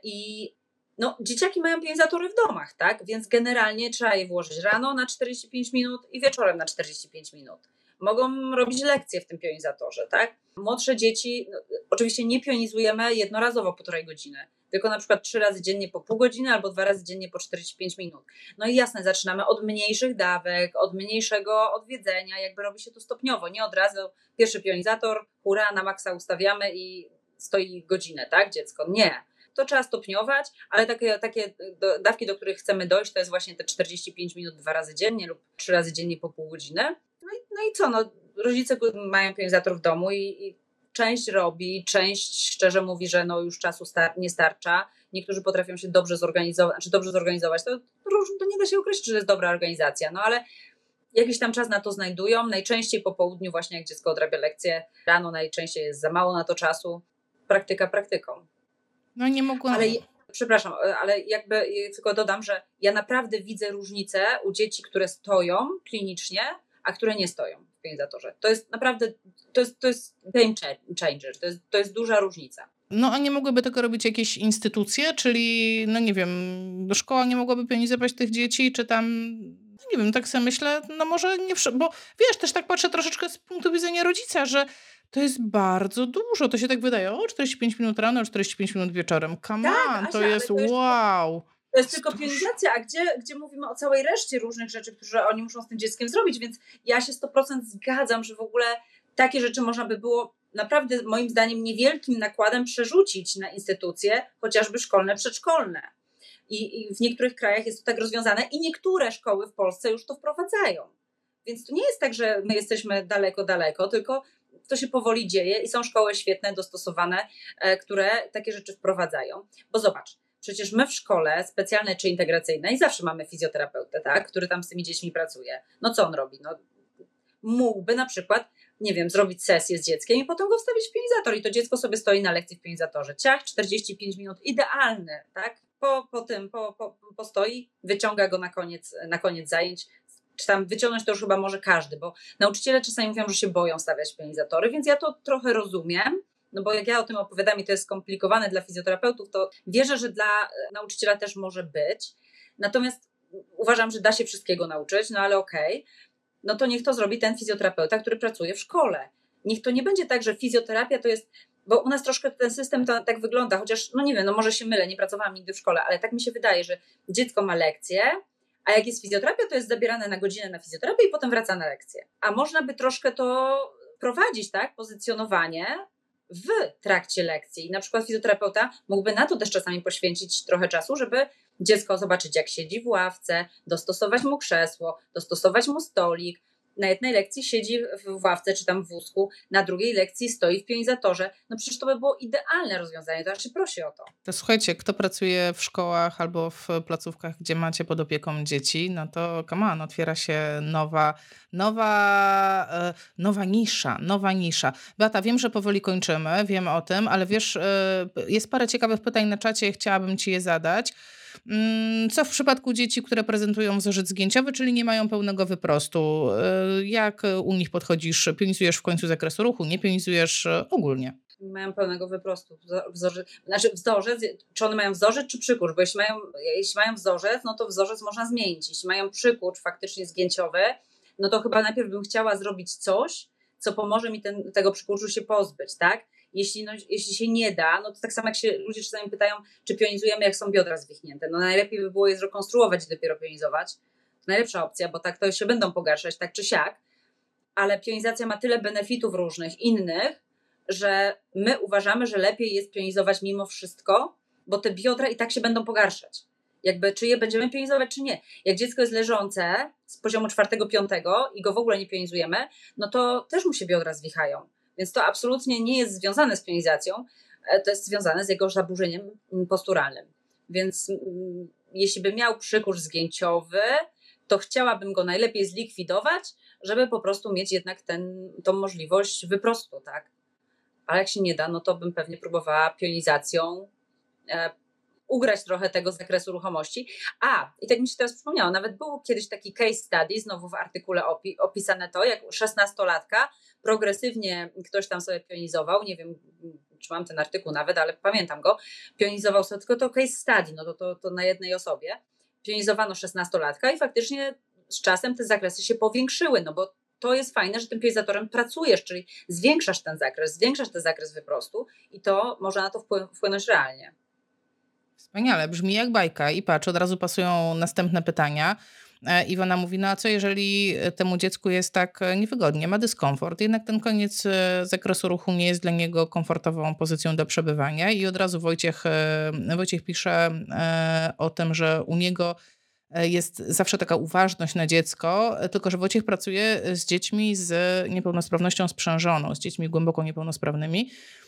i no, dzieciaki mają pionizatory w domach, tak, więc generalnie trzeba je włożyć rano na czterdzieści pięć minut i wieczorem na czterdzieści pięć minut. Mogą robić lekcje w tym pionizatorze, tak? Młodsze dzieci, no, oczywiście nie pionizujemy jednorazowo półtorej godziny, tylko na przykład trzy razy dziennie po pół godziny albo dwa razy dziennie po czterdzieści pięć minut. No i jasne, zaczynamy od mniejszych dawek, od mniejszego odwiedzenia, jakby robi się to stopniowo, nie od razu pierwszy pionizator, hura, na maksa ustawiamy i stoi godzinę, tak, dziecko? Nie. To trzeba stopniować, ale takie, takie dawki, do których chcemy dojść, to jest właśnie te czterdzieści pięć minut dwa razy dziennie lub trzy razy dziennie po pół godziny. No i, no i co, no, rodzice mają pionizator w domu i, i część robi, część szczerze mówi, że no już czasu star- nie starcza. Niektórzy potrafią się dobrze zorganizować, znaczy dobrze zorganizować, to, to nie da się określić, że to jest dobra organizacja, no ale jakiś tam czas na to znajdują. Najczęściej po południu właśnie jak dziecko odrabia lekcje, rano najczęściej jest za mało na to czasu. Praktyka praktyką. No nie mogłam... Ale, przepraszam, ale jakby tylko dodam, że ja naprawdę widzę różnicę u dzieci, które stoją klinicznie, a które nie stoją w pionizatorze. To jest naprawdę, to jest, to jest game changer, to jest, to jest duża różnica. No a nie mogłyby tego robić jakieś instytucje, czyli no nie wiem, szkoła nie mogłaby pionizować tych dzieci, czy tam, no nie wiem, tak sobie myślę, no może nie, bo wiesz, też tak patrzę troszeczkę z punktu widzenia rodzica, że to jest bardzo dużo, to się tak wydaje, o czterdzieści pięć minut rano, czterdzieści pięć minut wieczorem, come tak, on, Asia, to jest to jest, wow. To jest tylko pionizacja, a gdzie, gdzie mówimy o całej reszcie różnych rzeczy, które oni muszą z tym dzieckiem zrobić, więc ja się sto procent zgadzam, że w ogóle takie rzeczy można by było naprawdę moim zdaniem niewielkim nakładem przerzucić na instytucje, chociażby szkolne, przedszkolne. I, I w niektórych krajach jest to tak rozwiązane i niektóre szkoły w Polsce już to wprowadzają. Więc to nie jest tak, że my jesteśmy daleko, daleko, tylko to się powoli dzieje i są szkoły świetne, dostosowane, które takie rzeczy wprowadzają. Bo zobacz, przecież my w szkole specjalnej czy integracyjnej zawsze mamy fizjoterapeutę, tak, który tam z tymi dziećmi pracuje. No co on robi? No, mógłby na przykład, nie wiem, zrobić sesję z dzieckiem i potem go wstawić w pionizator i to dziecko sobie stoi na lekcji w pionizatorze. Ciach, czterdzieści pięć minut, idealny, tak? Po, po tym, po, po, postoi, wyciąga go na koniec, na koniec zajęć, czy tam wyciągnąć to już chyba może każdy, bo nauczyciele czasami mówią, że się boją stawiać pionizatory, więc ja to trochę rozumiem, no bo jak ja o tym opowiadam i to jest skomplikowane dla fizjoterapeutów, to wierzę, że dla nauczyciela też może być, natomiast uważam, że da się wszystkiego nauczyć, no ale okej, okay. No to niech to zrobi ten fizjoterapeuta, który pracuje w szkole. Niech to nie będzie tak, że fizjoterapia to jest, bo u nas troszkę ten system to tak wygląda, chociaż no nie wiem, no może się mylę, nie pracowałam nigdy w szkole, ale tak mi się wydaje, że dziecko ma lekcję, A jak jest fizjoterapia, to jest zabierane na godzinę na fizjoterapię i potem wraca na lekcję. A można by troszkę to prowadzić, tak, pozycjonowanie w trakcie lekcji. I na przykład fizjoterapeuta mógłby na to też czasami poświęcić trochę czasu, żeby dziecko zobaczyć, jak siedzi w ławce, dostosować mu krzesło, dostosować mu stolik. Na jednej lekcji siedzi w ławce czy tam w wózku, na drugiej lekcji stoi w pionizatorze. No przecież to by było idealne rozwiązanie, to aż się prosi o to. To słuchajcie, kto pracuje w szkołach albo w placówkach, gdzie macie pod opieką dzieci, no to come on, otwiera się nowa, nowa, e, nowa nisza, nowa nisza. Beata, wiem, że powoli kończymy, wiem o tym, ale wiesz, e, jest parę ciekawych pytań na czacie, chciałabym ci je zadać. Mm, Co w przypadku dzieci, które prezentują wzorzec zgięciowy, czyli nie mają pełnego wyprostu? E, Jak u nich podchodzisz? Pionizujesz w końcu zakresu ruchu, nie pionizujesz e, ogólnie? Nie mają pełnego wyprostu. Wzorzec, znaczy wzorzec, czy one mają wzorzec czy przykurcz? Bo jeśli mają, jeśli mają wzorzec, no to wzorzec można zmienić. Jeśli mają przykurcz faktycznie zgięciowy, no to chyba najpierw bym chciała zrobić coś, co pomoże mi ten, tego przykurczu się pozbyć, tak? Jeśli, no, jeśli się nie da, no to tak samo jak się ludzie czasami pytają, czy pionizujemy, jak są biodra zwichnięte. No najlepiej by było je zrekonstruować i dopiero pionizować. To najlepsza opcja, bo tak to się będą pogarszać, tak czy siak. Ale pionizacja ma tyle benefitów różnych, innych, że my uważamy, że lepiej jest pionizować mimo wszystko, bo te biodra i tak się będą pogarszać. Jakby czy je będziemy pionizować, czy nie. Jak dziecko jest leżące z poziomu czwartego, piątego i go w ogóle nie pionizujemy, no to też mu się biodra zwichają. Więc to absolutnie nie jest związane z pionizacją, to jest związane z jego zaburzeniem posturalnym. Więc mm, jeśli by miał przykurcz zgięciowy, to chciałabym go najlepiej zlikwidować, żeby po prostu mieć jednak ten, tą możliwość wyprostu, tak? Ale jak się nie da, no to bym pewnie próbowała pionizacją e, ugrać trochę tego zakresu ruchomości. A, i tak mi się teraz przypomniało, nawet był kiedyś taki case study, znowu w artykule opi- opisane to, jak szesnastolatka progresywnie ktoś tam sobie pionizował, nie wiem, czy mam ten artykuł nawet, ale pamiętam go, pionizował sobie, tylko to case study, no to, to, to na jednej osobie, pionizowano szesnastolatka i faktycznie z czasem te zakresy się powiększyły, no bo to jest fajne, że tym pionizatorem pracujesz, czyli zwiększasz ten zakres, zwiększasz ten zakres wyprostu i to może na to wpłynąć realnie. Wspaniale, brzmi jak bajka i patrz, od razu pasują następne pytania. E, Iwona mówi, no a co jeżeli temu dziecku jest tak niewygodnie, ma dyskomfort, jednak ten koniec e, zakresu ruchu nie jest dla niego komfortową pozycją do przebywania i od razu Wojciech, e, Wojciech pisze e, o tym, że u niego jest zawsze taka uważność na dziecko, tylko że Wojciech pracuje z dziećmi z niepełnosprawnością sprzężoną, z dziećmi głęboko niepełnosprawnymi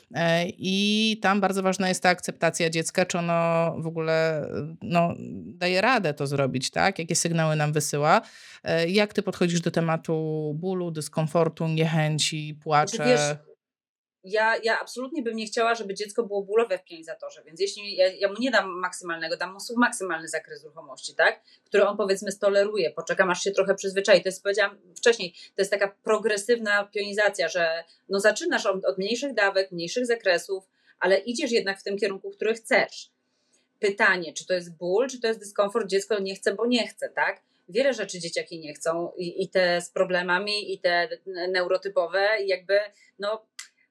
i tam bardzo ważna jest ta akceptacja dziecka, czy ono w ogóle no, daje radę to zrobić, tak? Jakie sygnały nam wysyła. Jak ty podchodzisz do tematu bólu, dyskomfortu, niechęci, płacze? Znaczy, wiesz, Ja, ja absolutnie bym nie chciała, żeby dziecko było bólowe w pionizatorze, więc jeśli ja, ja mu nie dam maksymalnego, dam mu maksymalny zakres ruchomości, tak? Który on powiedzmy stoleruje, poczekam aż się trochę przyzwyczai. To jest, powiedziałam wcześniej, to jest taka progresywna pionizacja, że no zaczynasz od, od mniejszych dawek, mniejszych zakresów, ale idziesz jednak w tym kierunku, który chcesz. Pytanie, czy to jest ból, czy to jest dyskomfort, dziecko nie chce, bo nie chce, tak? Wiele rzeczy dzieciaki nie chcą i, i te z problemami, i te neurotypowe, i jakby no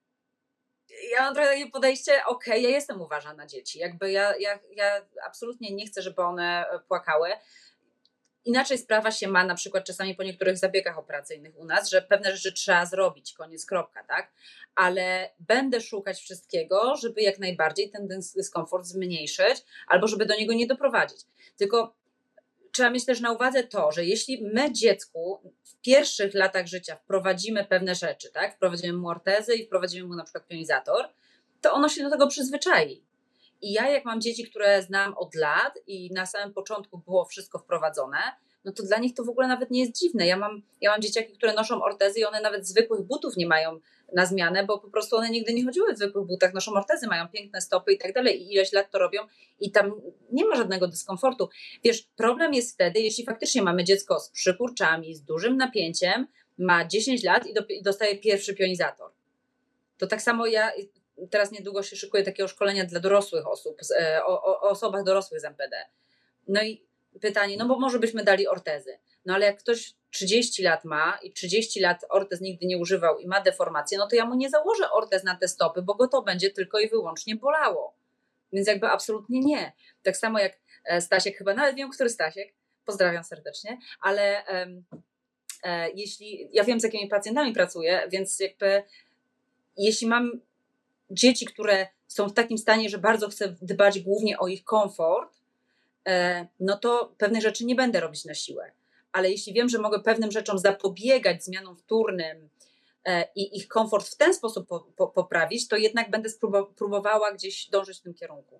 ja mam trochę takie podejście, okej, okay, ja jestem uważna na dzieci, jakby ja, ja, ja absolutnie nie chcę, żeby one płakały. Inaczej sprawa się ma na przykład czasami po niektórych zabiegach operacyjnych u nas, że pewne rzeczy trzeba zrobić, koniec, kropka, tak? Ale będę szukać wszystkiego, żeby jak najbardziej ten dyskomfort zmniejszyć albo żeby do niego nie doprowadzić. Tylko trzeba mieć też na uwadze to, że jeśli my dziecku w pierwszych latach życia wprowadzimy pewne rzeczy, tak? Wprowadzimy mu ortezy i wprowadzimy mu na przykład pionizator, to ono się do tego przyzwyczai. I ja jak mam dzieci, które znam od lat i na samym początku było wszystko wprowadzone, no to dla nich to w ogóle nawet nie jest dziwne. Ja mam, ja mam dzieciaki, które noszą ortezy i one nawet zwykłych butów nie mają na zmianę, bo po prostu one nigdy nie chodziły w zwykłych butach, noszą ortezy, mają piękne stopy i tak dalej i ileś lat to robią i tam nie ma żadnego dyskomfortu. Wiesz, problem jest wtedy, jeśli faktycznie mamy dziecko z przykurczami, z dużym napięciem, ma dziesięć lat i, do, i dostaje pierwszy pionizator. To tak samo ja, teraz niedługo się szykuję takiego szkolenia dla dorosłych osób, o, o, o osobach dorosłych z M P D. No i pytanie, no bo może byśmy dali ortezy. No ale jak ktoś trzydzieści lat ma i trzydzieści lat ortez nigdy nie używał i ma deformację, no to ja mu nie założę ortez na te stopy, bo go to będzie tylko i wyłącznie bolało. Więc jakby absolutnie nie. Tak samo jak Stasiek, chyba nawet wiem, który Stasiek, pozdrawiam serdecznie, ale um, e, jeśli, ja wiem z jakimi pacjentami pracuję, więc jakby jeśli mam dzieci, które są w takim stanie, że bardzo chcę dbać głównie o ich komfort, e, no to pewne rzeczy nie będę robić na siłę. Ale jeśli wiem, że mogę pewnym rzeczom zapobiegać zmianom wtórnym e, i ich komfort w ten sposób po, po, poprawić, to jednak będę spróbu- próbowała gdzieś dążyć w tym kierunku.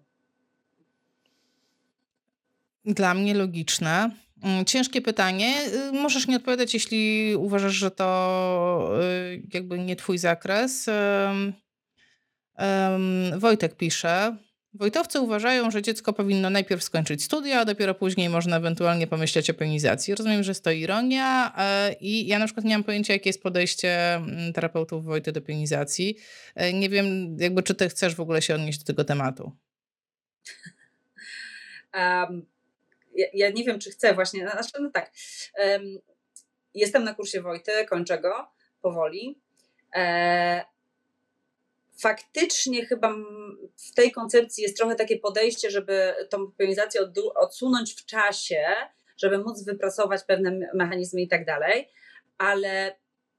Dla mnie logiczne. Mm, Ciężkie pytanie. Y, Możesz nie odpowiadać, jeśli uważasz, że to y, jakby nie twój zakres. Ym, ym, Wojtek pisze. Wojtowcy uważają, że dziecko powinno najpierw skończyć studia, a dopiero później można ewentualnie pomyśleć o pionizacji. Rozumiem, że jest to ironia y, i ja na przykład nie mam pojęcia, jakie jest podejście mm, terapeutów Wojty do pionizacji. Y, Nie wiem, jakby czy ty chcesz w ogóle się odnieść do tego tematu. Um, ja, ja nie wiem, czy chcę właśnie, znaczy, no tak, um, jestem na kursie Wojty, kończę go powoli. E, faktycznie chyba m- w tej koncepcji jest trochę takie podejście, żeby tą pionizację oddu- odsunąć w czasie, żeby móc wypracować pewne me- mechanizmy i tak dalej, ale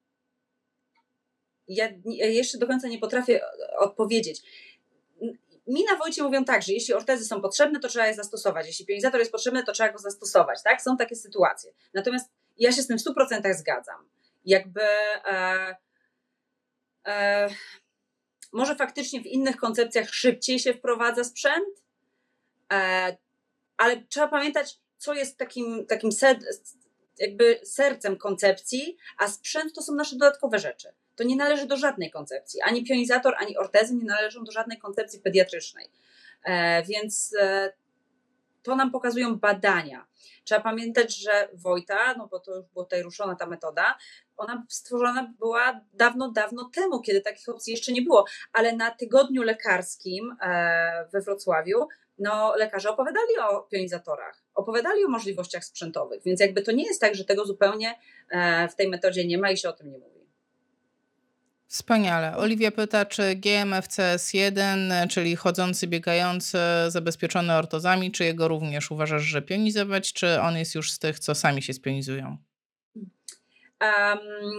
ja nie- ja jeszcze do końca nie potrafię odpowiedzieć. Mi na Wojcie mówią tak, że jeśli ortezy są potrzebne, to trzeba je zastosować. Jeśli pionizator jest potrzebny, to trzeba go zastosować. Tak? Są takie sytuacje. Natomiast ja się z tym w stu procentach zgadzam. Jakby e, e, może faktycznie w innych koncepcjach szybciej się wprowadza sprzęt, e, ale trzeba pamiętać, co jest takim, takim sed, jakby sercem koncepcji, a sprzęt to są nasze dodatkowe rzeczy. To nie należy do żadnej koncepcji. Ani pionizator, ani ortezy nie należą do żadnej koncepcji pediatrycznej. E, więc e, to nam pokazują badania. Trzeba pamiętać, że Wojta, no bo to już była tutaj ruszona ta metoda, ona stworzona była dawno, dawno temu, kiedy takich opcji jeszcze nie było, ale na tygodniu lekarskim e, we Wrocławiu no, lekarze opowiadali o pionizatorach, opowiadali o możliwościach sprzętowych, więc jakby to nie jest tak, że tego zupełnie e, w tej metodzie nie ma i się o tym nie mówi. Wspaniale. Oliwia pyta, czy G M F C S jeden, czyli chodzący, biegający, zabezpieczony ortozami, czy jego również uważasz, że pionizować, czy on jest już z tych, co sami się spionizują? Um,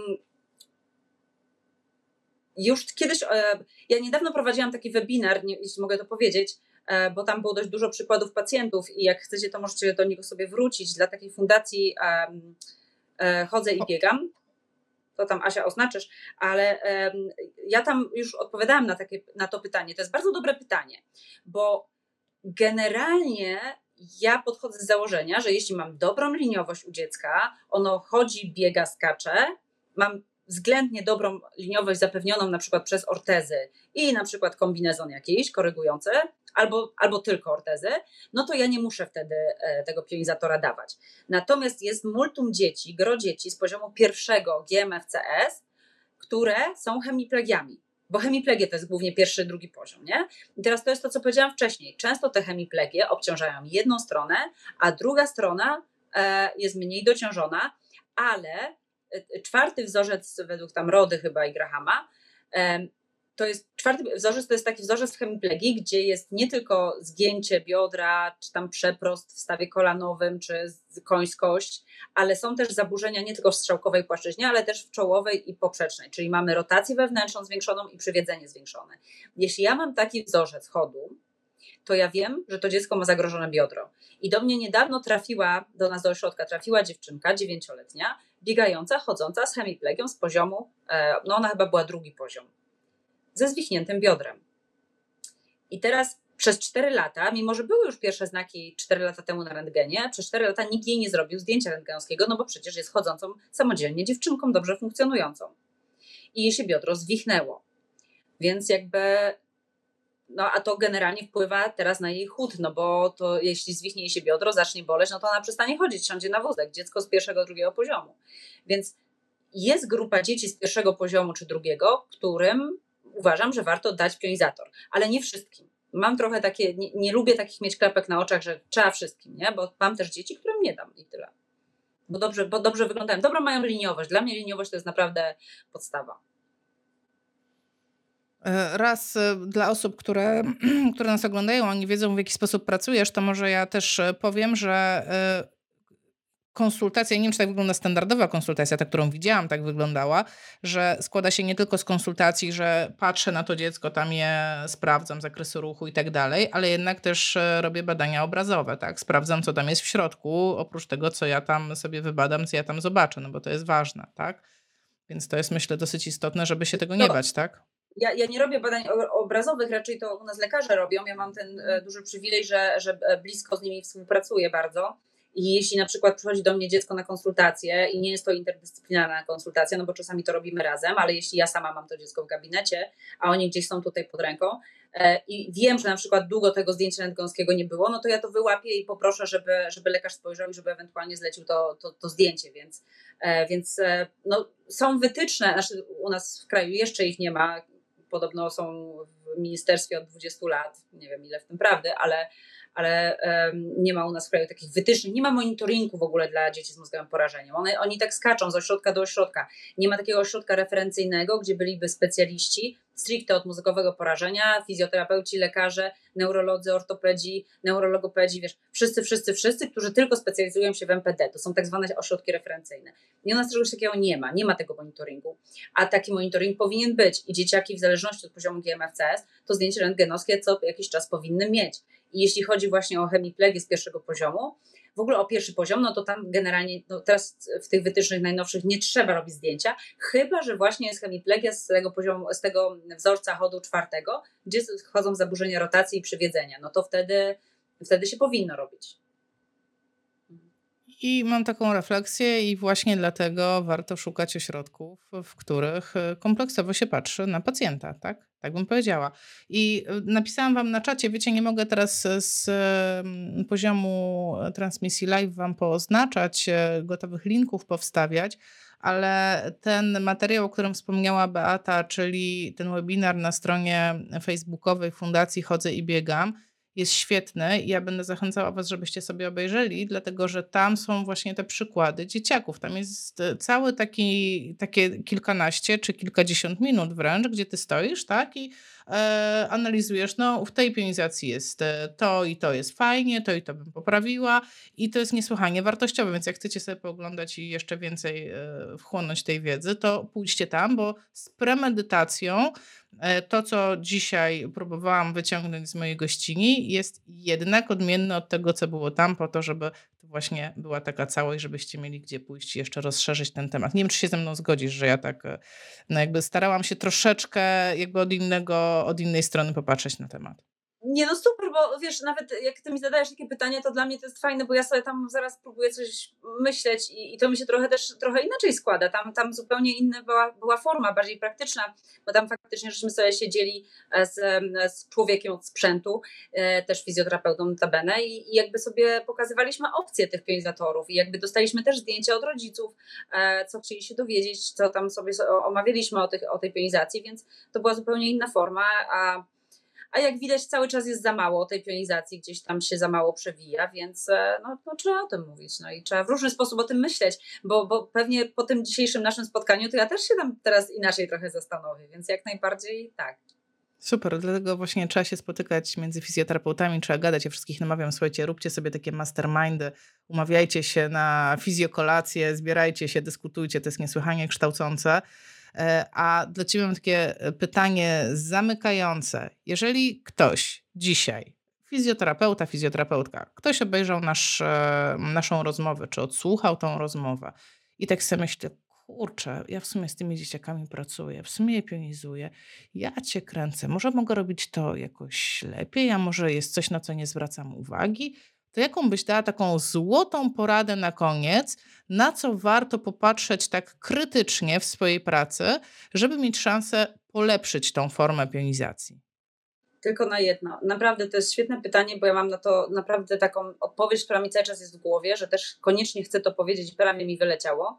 już kiedyś, e, ja niedawno prowadziłam taki webinar, nie, jeśli mogę to powiedzieć, e, bo tam było dość dużo przykładów pacjentów i jak chcecie, to możecie do niego sobie wrócić. Dla takiej fundacji um, e, Chodzę i biegam. To tam Asia oznaczysz, ale um, ja tam już odpowiadałam na, takie, na to pytanie. To jest bardzo dobre pytanie, bo generalnie ja podchodzę z założenia, że jeśli mam dobrą liniowość u dziecka, ono chodzi, biega, skacze, mam względnie dobrą liniowość zapewnioną na przykład przez ortezy i na przykład kombinezon jakiś korygujący, albo, albo tylko ortezy, no to ja nie muszę wtedy e, tego pionizatora dawać. Natomiast jest multum dzieci, gro dzieci z poziomu pierwszego G M F C S, które są hemiplegiami, bo hemiplegie to jest głównie pierwszy, drugi poziom, nie? I teraz to jest to, co powiedziałam wcześniej. Często te hemiplegie obciążają jedną stronę, a druga strona e, jest mniej dociążona, ale czwarty wzorzec według tam Rody chyba i Grahama, to jest czwarty wzorzec, to jest taki wzorzec hemiplegii, gdzie jest nie tylko zgięcie biodra, czy tam przeprost w stawie kolanowym, czy końskość, ale są też zaburzenia nie tylko w strzałkowej płaszczyźnie, ale też w czołowej i poprzecznej, czyli mamy rotację wewnętrzną zwiększoną i przywiedzenie zwiększone. Jeśli ja mam taki wzorzec chodu, to ja wiem, że to dziecko ma zagrożone biodro. I do mnie niedawno trafiła, do nas do ośrodka trafiła dziewczynka dziewięcioletnia, biegająca, chodząca z hemiplegią z poziomu, no ona chyba była drugi poziom, ze zwichniętym biodrem. I teraz przez cztery lata, mimo że były już pierwsze znaki cztery lata temu na rentgenie, przez cztery lata nikt jej nie zrobił zdjęcia rentgenowskiego, no bo przecież jest chodzącą samodzielnie dziewczynką, dobrze funkcjonującą. I jej się biodro zwichnęło. Więc jakby... No a to generalnie wpływa teraz na jej chód, no bo to jeśli zwichnie jej się biodro, zacznie boleć, no to ona przestanie chodzić, siądzie na wózek, dziecko z pierwszego, drugiego poziomu. Więc jest grupa dzieci z pierwszego poziomu czy drugiego, którym uważam, że warto dać pionizator, ale nie wszystkim. Mam trochę takie, nie, nie lubię takich mieć klapek na oczach, że trzeba wszystkim, nie? Bo mam też dzieci, którym nie dam i tyle. Bo dobrze, bo dobrze wyglądają, dobrą mają liniowość. Dla mnie liniowość to jest naprawdę podstawa. Raz dla osób, które, które nas oglądają, oni wiedzą, w jaki sposób pracujesz, to może ja też powiem, że konsultacja, nie wiem, czy tak wygląda standardowa konsultacja, ta, którą widziałam, tak wyglądała, że składa się nie tylko z konsultacji, że patrzę na to dziecko, tam je sprawdzam, zakresy ruchu i tak dalej, ale jednak też e, robię badania obrazowe, tak? Sprawdzam, co tam jest w środku, oprócz tego, co ja tam sobie wybadam, co ja tam zobaczę, no bo to jest ważne, tak? Więc to jest, myślę, dosyć istotne, żeby się tego nie No, bać, tak? Ja, ja nie robię badań o- obrazowych, raczej to u nas lekarze robią. Ja mam ten e, duży przywilej, że, że e, blisko z nimi współpracuję bardzo. I jeśli na przykład przychodzi do mnie dziecko na konsultację i nie jest to interdyscyplinarna konsultacja, no bo czasami to robimy razem, ale jeśli ja sama mam to dziecko w gabinecie, a oni gdzieś są tutaj pod ręką e, i wiem, że na przykład długo tego zdjęcia rentgenowskiego nie było, no to ja to wyłapię i poproszę, żeby, żeby lekarz spojrzał i żeby ewentualnie zlecił to, to, to zdjęcie, więc, e, więc e, no, są wytyczne, znaczy u nas w kraju jeszcze ich nie ma. Podobno są w ministerstwie od dwudziestu lat, nie wiem ile w tym prawdy, ale, ale um, nie ma u nas w kraju takich wytycznych, nie ma monitoringu w ogóle dla dzieci z mózgowym porażeniem. One, oni tak skaczą z ośrodka do ośrodka. Nie ma takiego ośrodka referencyjnego, gdzie byliby specjaliści stricte od mózgowego porażenia, fizjoterapeuci, lekarze, neurolodzy, ortopedzi, neurologopedzi, wiesz, wszyscy, wszyscy, wszyscy, którzy tylko specjalizują się w M P D. To są tak zwane ośrodki referencyjne. I u nas czegoś takiego nie ma, nie ma tego monitoringu. A taki monitoring powinien być i dzieciaki w zależności od poziomu G M F C S to zdjęcie rentgenowskie co jakiś czas powinny mieć. I jeśli chodzi właśnie o hemiplegię z pierwszego poziomu, w ogóle o pierwszy poziom, no to tam generalnie, no teraz w tych wytycznych najnowszych nie trzeba robić zdjęcia, chyba że właśnie jest hemiplegia z tego poziomu, z tego wzorca chodu czwartego, gdzie wchodzą zaburzenia rotacji i przywiedzenia, no to wtedy, wtedy się powinno robić. I mam taką refleksję i właśnie dlatego warto szukać ośrodków, w których e, kompleksowo się patrzy na pacjenta, tak? Tak bym powiedziała. I e, napisałam wam na czacie, wiecie, nie mogę teraz z e, poziomu transmisji live wam pooznaczać, e, gotowych linków powstawiać, ale ten materiał, o którym wspomniała Beata, czyli ten webinar na stronie facebookowej Fundacji Chodzę i Biegam, jest świetny i ja będę zachęcała was, żebyście sobie obejrzeli, dlatego że tam są właśnie te przykłady dzieciaków. Tam jest e, cały taki, takie kilkanaście czy kilkadziesiąt minut wręcz, gdzie ty stoisz, tak, i e, analizujesz, no w tej pionizacji jest e, to i to jest fajnie, to i to bym poprawiła i to jest niesłychanie wartościowe, więc jak chcecie sobie pooglądać i jeszcze więcej e, wchłonąć tej wiedzy, to pójdźcie tam, bo z premedytacją e, to, co dzisiaj próbowałam wyciągnąć z mojej gościni, jest jednak odmienne od tego, co było tam, po to, żeby to właśnie była taka całość, żebyście mieli gdzie pójść i jeszcze rozszerzyć ten temat. Nie wiem, czy się ze mną zgodzisz, że ja tak e, no jakby starałam się troszeczkę jakby od innego, od innej strony popatrzeć na temat. Nie, no super, bo wiesz, nawet jak ty mi zadajesz takie pytanie, to dla mnie to jest fajne, bo ja sobie tam zaraz próbuję coś myśleć i, i to mi się trochę też trochę inaczej składa. Tam, tam zupełnie inna była, była forma, bardziej praktyczna, bo tam faktycznie żeśmy sobie siedzieli z, z człowiekiem od sprzętu, też fizjoterapeutą notabene i, i jakby sobie pokazywaliśmy opcje tych pionizatorów i jakby dostaliśmy też zdjęcia od rodziców, co chcieli się dowiedzieć, co tam sobie omawialiśmy o, tych, o tej pionizacji, więc to była zupełnie inna forma, a A jak widać, cały czas jest za mało tej pionizacji, gdzieś tam się za mało przewija, więc no, no, trzeba o tym mówić. No i trzeba w różny sposób o tym myśleć, bo, bo pewnie po tym dzisiejszym naszym spotkaniu to ja też się tam teraz inaczej trochę zastanowię, więc jak najbardziej tak. Super, dlatego właśnie trzeba się spotykać między fizjoterapeutami, trzeba gadać. Ja wszystkich namawiam, słuchajcie, róbcie sobie takie mastermindy, umawiajcie się na fizjokolacje, zbierajcie się, dyskutujcie, to jest niesłychanie kształcące. A dla ciebie mam takie pytanie zamykające. Jeżeli ktoś dzisiaj, fizjoterapeuta, fizjoterapeutka, ktoś obejrzał nasz, naszą rozmowę, czy odsłuchał tą rozmowę i tak sobie myśli, kurczę, ja w sumie z tymi dzieciakami pracuję, w sumie je pionizuję, ja cię kręcę, może mogę robić to jakoś lepiej, a może jest coś, na co nie zwracam uwagi, to jaką byś dała taką złotą poradę na koniec, na co warto popatrzeć tak krytycznie w swojej pracy, żeby mieć szansę polepszyć tą formę pionizacji? Tylko na jedno. Naprawdę to jest świetne pytanie, bo ja mam na to naprawdę taką odpowiedź, która mi cały czas jest w głowie, że też koniecznie chcę to powiedzieć, prawie mi wyleciało.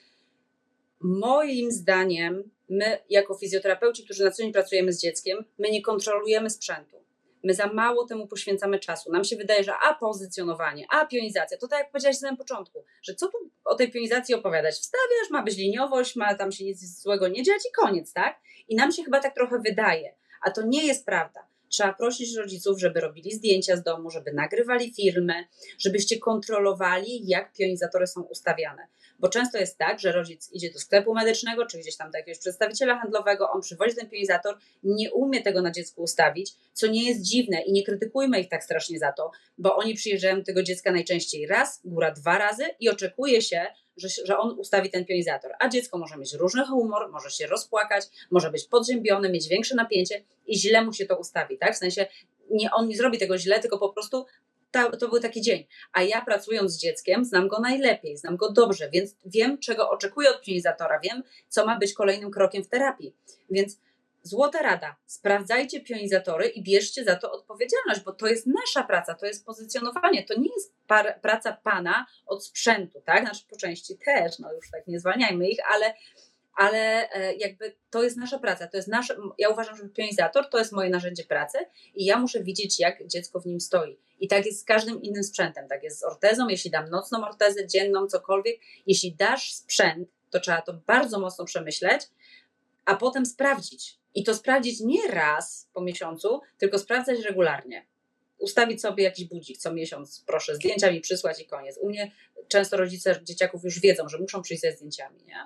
Moim zdaniem my jako fizjoterapeuci, którzy na co dzień pracujemy z dzieckiem, my nie kontrolujemy sprzętu. My za mało temu poświęcamy czasu. Nam się wydaje, że a pozycjonowanie, a pionizacja, to tak jak powiedziałaś na samym początku, że co tu o tej pionizacji opowiadać? Wstawiasz, ma być liniowość, ma tam się nic złego nie dziać i koniec, tak? I nam się chyba tak trochę wydaje, a to nie jest prawda. Trzeba prosić rodziców, żeby robili zdjęcia z domu, żeby nagrywali filmy, żebyście kontrolowali, jak pionizatory są ustawiane. Bo często jest tak, że rodzic idzie do sklepu medycznego, czy gdzieś tam do jakiegoś przedstawiciela handlowego, on przywozi ten pionizator, nie umie tego na dziecku ustawić, co nie jest dziwne i nie krytykujmy ich tak strasznie za to, bo oni przyjeżdżają do tego dziecka najczęściej raz, góra dwa razy i oczekuje się, że, że on ustawi ten pionizator. A dziecko może mieć różny humor, może się rozpłakać, może być podziębione, mieć większe napięcie i źle mu się to ustawi, tak? W sensie nie, on nie zrobi tego źle, tylko po prostu ta, to był taki dzień. A ja pracując z dzieckiem znam go najlepiej, znam go dobrze, więc wiem, czego oczekuję od pionizatora, wiem, co ma być kolejnym krokiem w terapii. Więc złota rada, sprawdzajcie pionizatory i bierzcie za to odpowiedzialność, bo to jest nasza praca, to jest pozycjonowanie, to nie jest par, praca pana od sprzętu, tak? Znaczy po części też, no już tak nie zwalniajmy ich, ale, ale jakby to jest nasza praca, to jest nasze, ja uważam, że pionizator to jest moje narzędzie pracy i ja muszę widzieć, jak dziecko w nim stoi. I tak jest z każdym innym sprzętem, tak jest z ortezą, jeśli dam nocną ortezę, dzienną, cokolwiek, jeśli dasz sprzęt, to trzeba to bardzo mocno przemyśleć, a potem sprawdzić. I to sprawdzić nie raz po miesiącu, tylko sprawdzać regularnie. Ustawić sobie jakiś budzik co miesiąc, proszę, zdjęcia mi przysłać i koniec. U mnie często rodzice dzieciaków już wiedzą, że muszą przyjść ze zdjęciami, nie?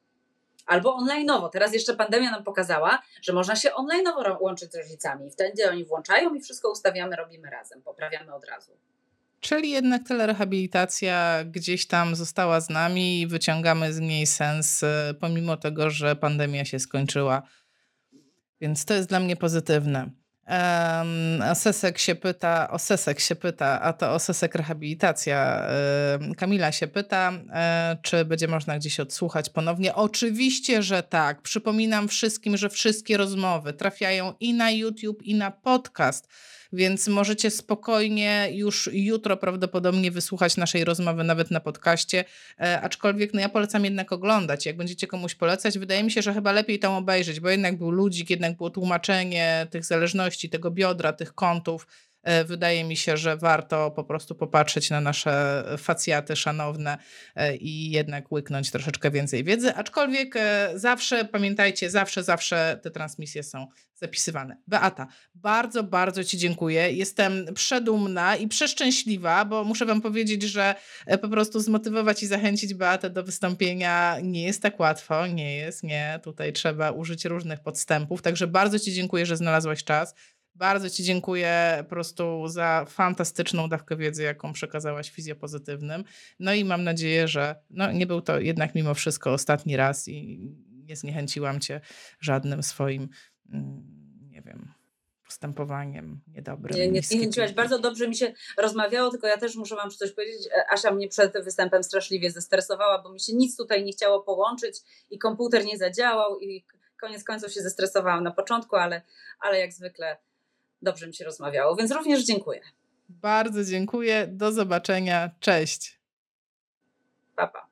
Albo online'owo. Teraz jeszcze pandemia nam pokazała, że można się online'owo łączyć z rodzicami. I wtedy oni włączają i wszystko ustawiamy, robimy razem, poprawiamy od razu. Czyli jednak telerehabilitacja gdzieś tam została z nami i wyciągamy z niej sens, pomimo tego, że pandemia się skończyła. Więc to jest dla mnie pozytywne. Um, o Sesek się pyta, o Sesek się pyta, a to o Sesek rehabilitacja. Um, Kamila się pyta, um, czy będzie można gdzieś odsłuchać ponownie. Oczywiście, że tak. Przypominam wszystkim, że wszystkie rozmowy trafiają i na YouTube, i na podcast. Więc możecie spokojnie już jutro prawdopodobnie wysłuchać naszej rozmowy nawet na podcaście, e, aczkolwiek no ja polecam jednak oglądać. Jak będziecie komuś polecać, wydaje mi się, że chyba lepiej tam obejrzeć, bo jednak był ludzik, jednak było tłumaczenie tych zależności, tego biodra, tych kątów. E, wydaje mi się, że warto po prostu popatrzeć na nasze facjaty szanowne e, i jednak łyknąć troszeczkę więcej wiedzy, aczkolwiek e, zawsze, pamiętajcie, zawsze, zawsze te transmisje są zapisywane. Beata, bardzo, bardzo Ci dziękuję. Jestem przedumna i przeszczęśliwa, bo muszę Wam powiedzieć, że po prostu zmotywować i zachęcić Beatę do wystąpienia nie jest tak łatwo. Nie jest, nie. Tutaj trzeba użyć różnych podstępów. Także bardzo Ci dziękuję, że znalazłaś czas. Bardzo Ci dziękuję po prostu za fantastyczną dawkę wiedzy, jaką przekazałaś fizjopozytywnym. No i mam nadzieję, że no, nie był to jednak mimo wszystko ostatni raz i nie zniechęciłam Cię żadnym swoim nie wiem, postępowaniem niedobrym. Nie, nie zniechęciłaś. Bardzo dobrze mi się rozmawiało, tylko ja też muszę Wam coś powiedzieć. Asia mnie przed występem straszliwie zestresowała, bo mi się nic tutaj nie chciało połączyć i komputer nie zadziałał i koniec końców się zestresowałam na początku, ale, ale jak zwykle dobrze mi się rozmawiało, więc również dziękuję. Bardzo dziękuję. Do zobaczenia. Cześć. Pa, pa.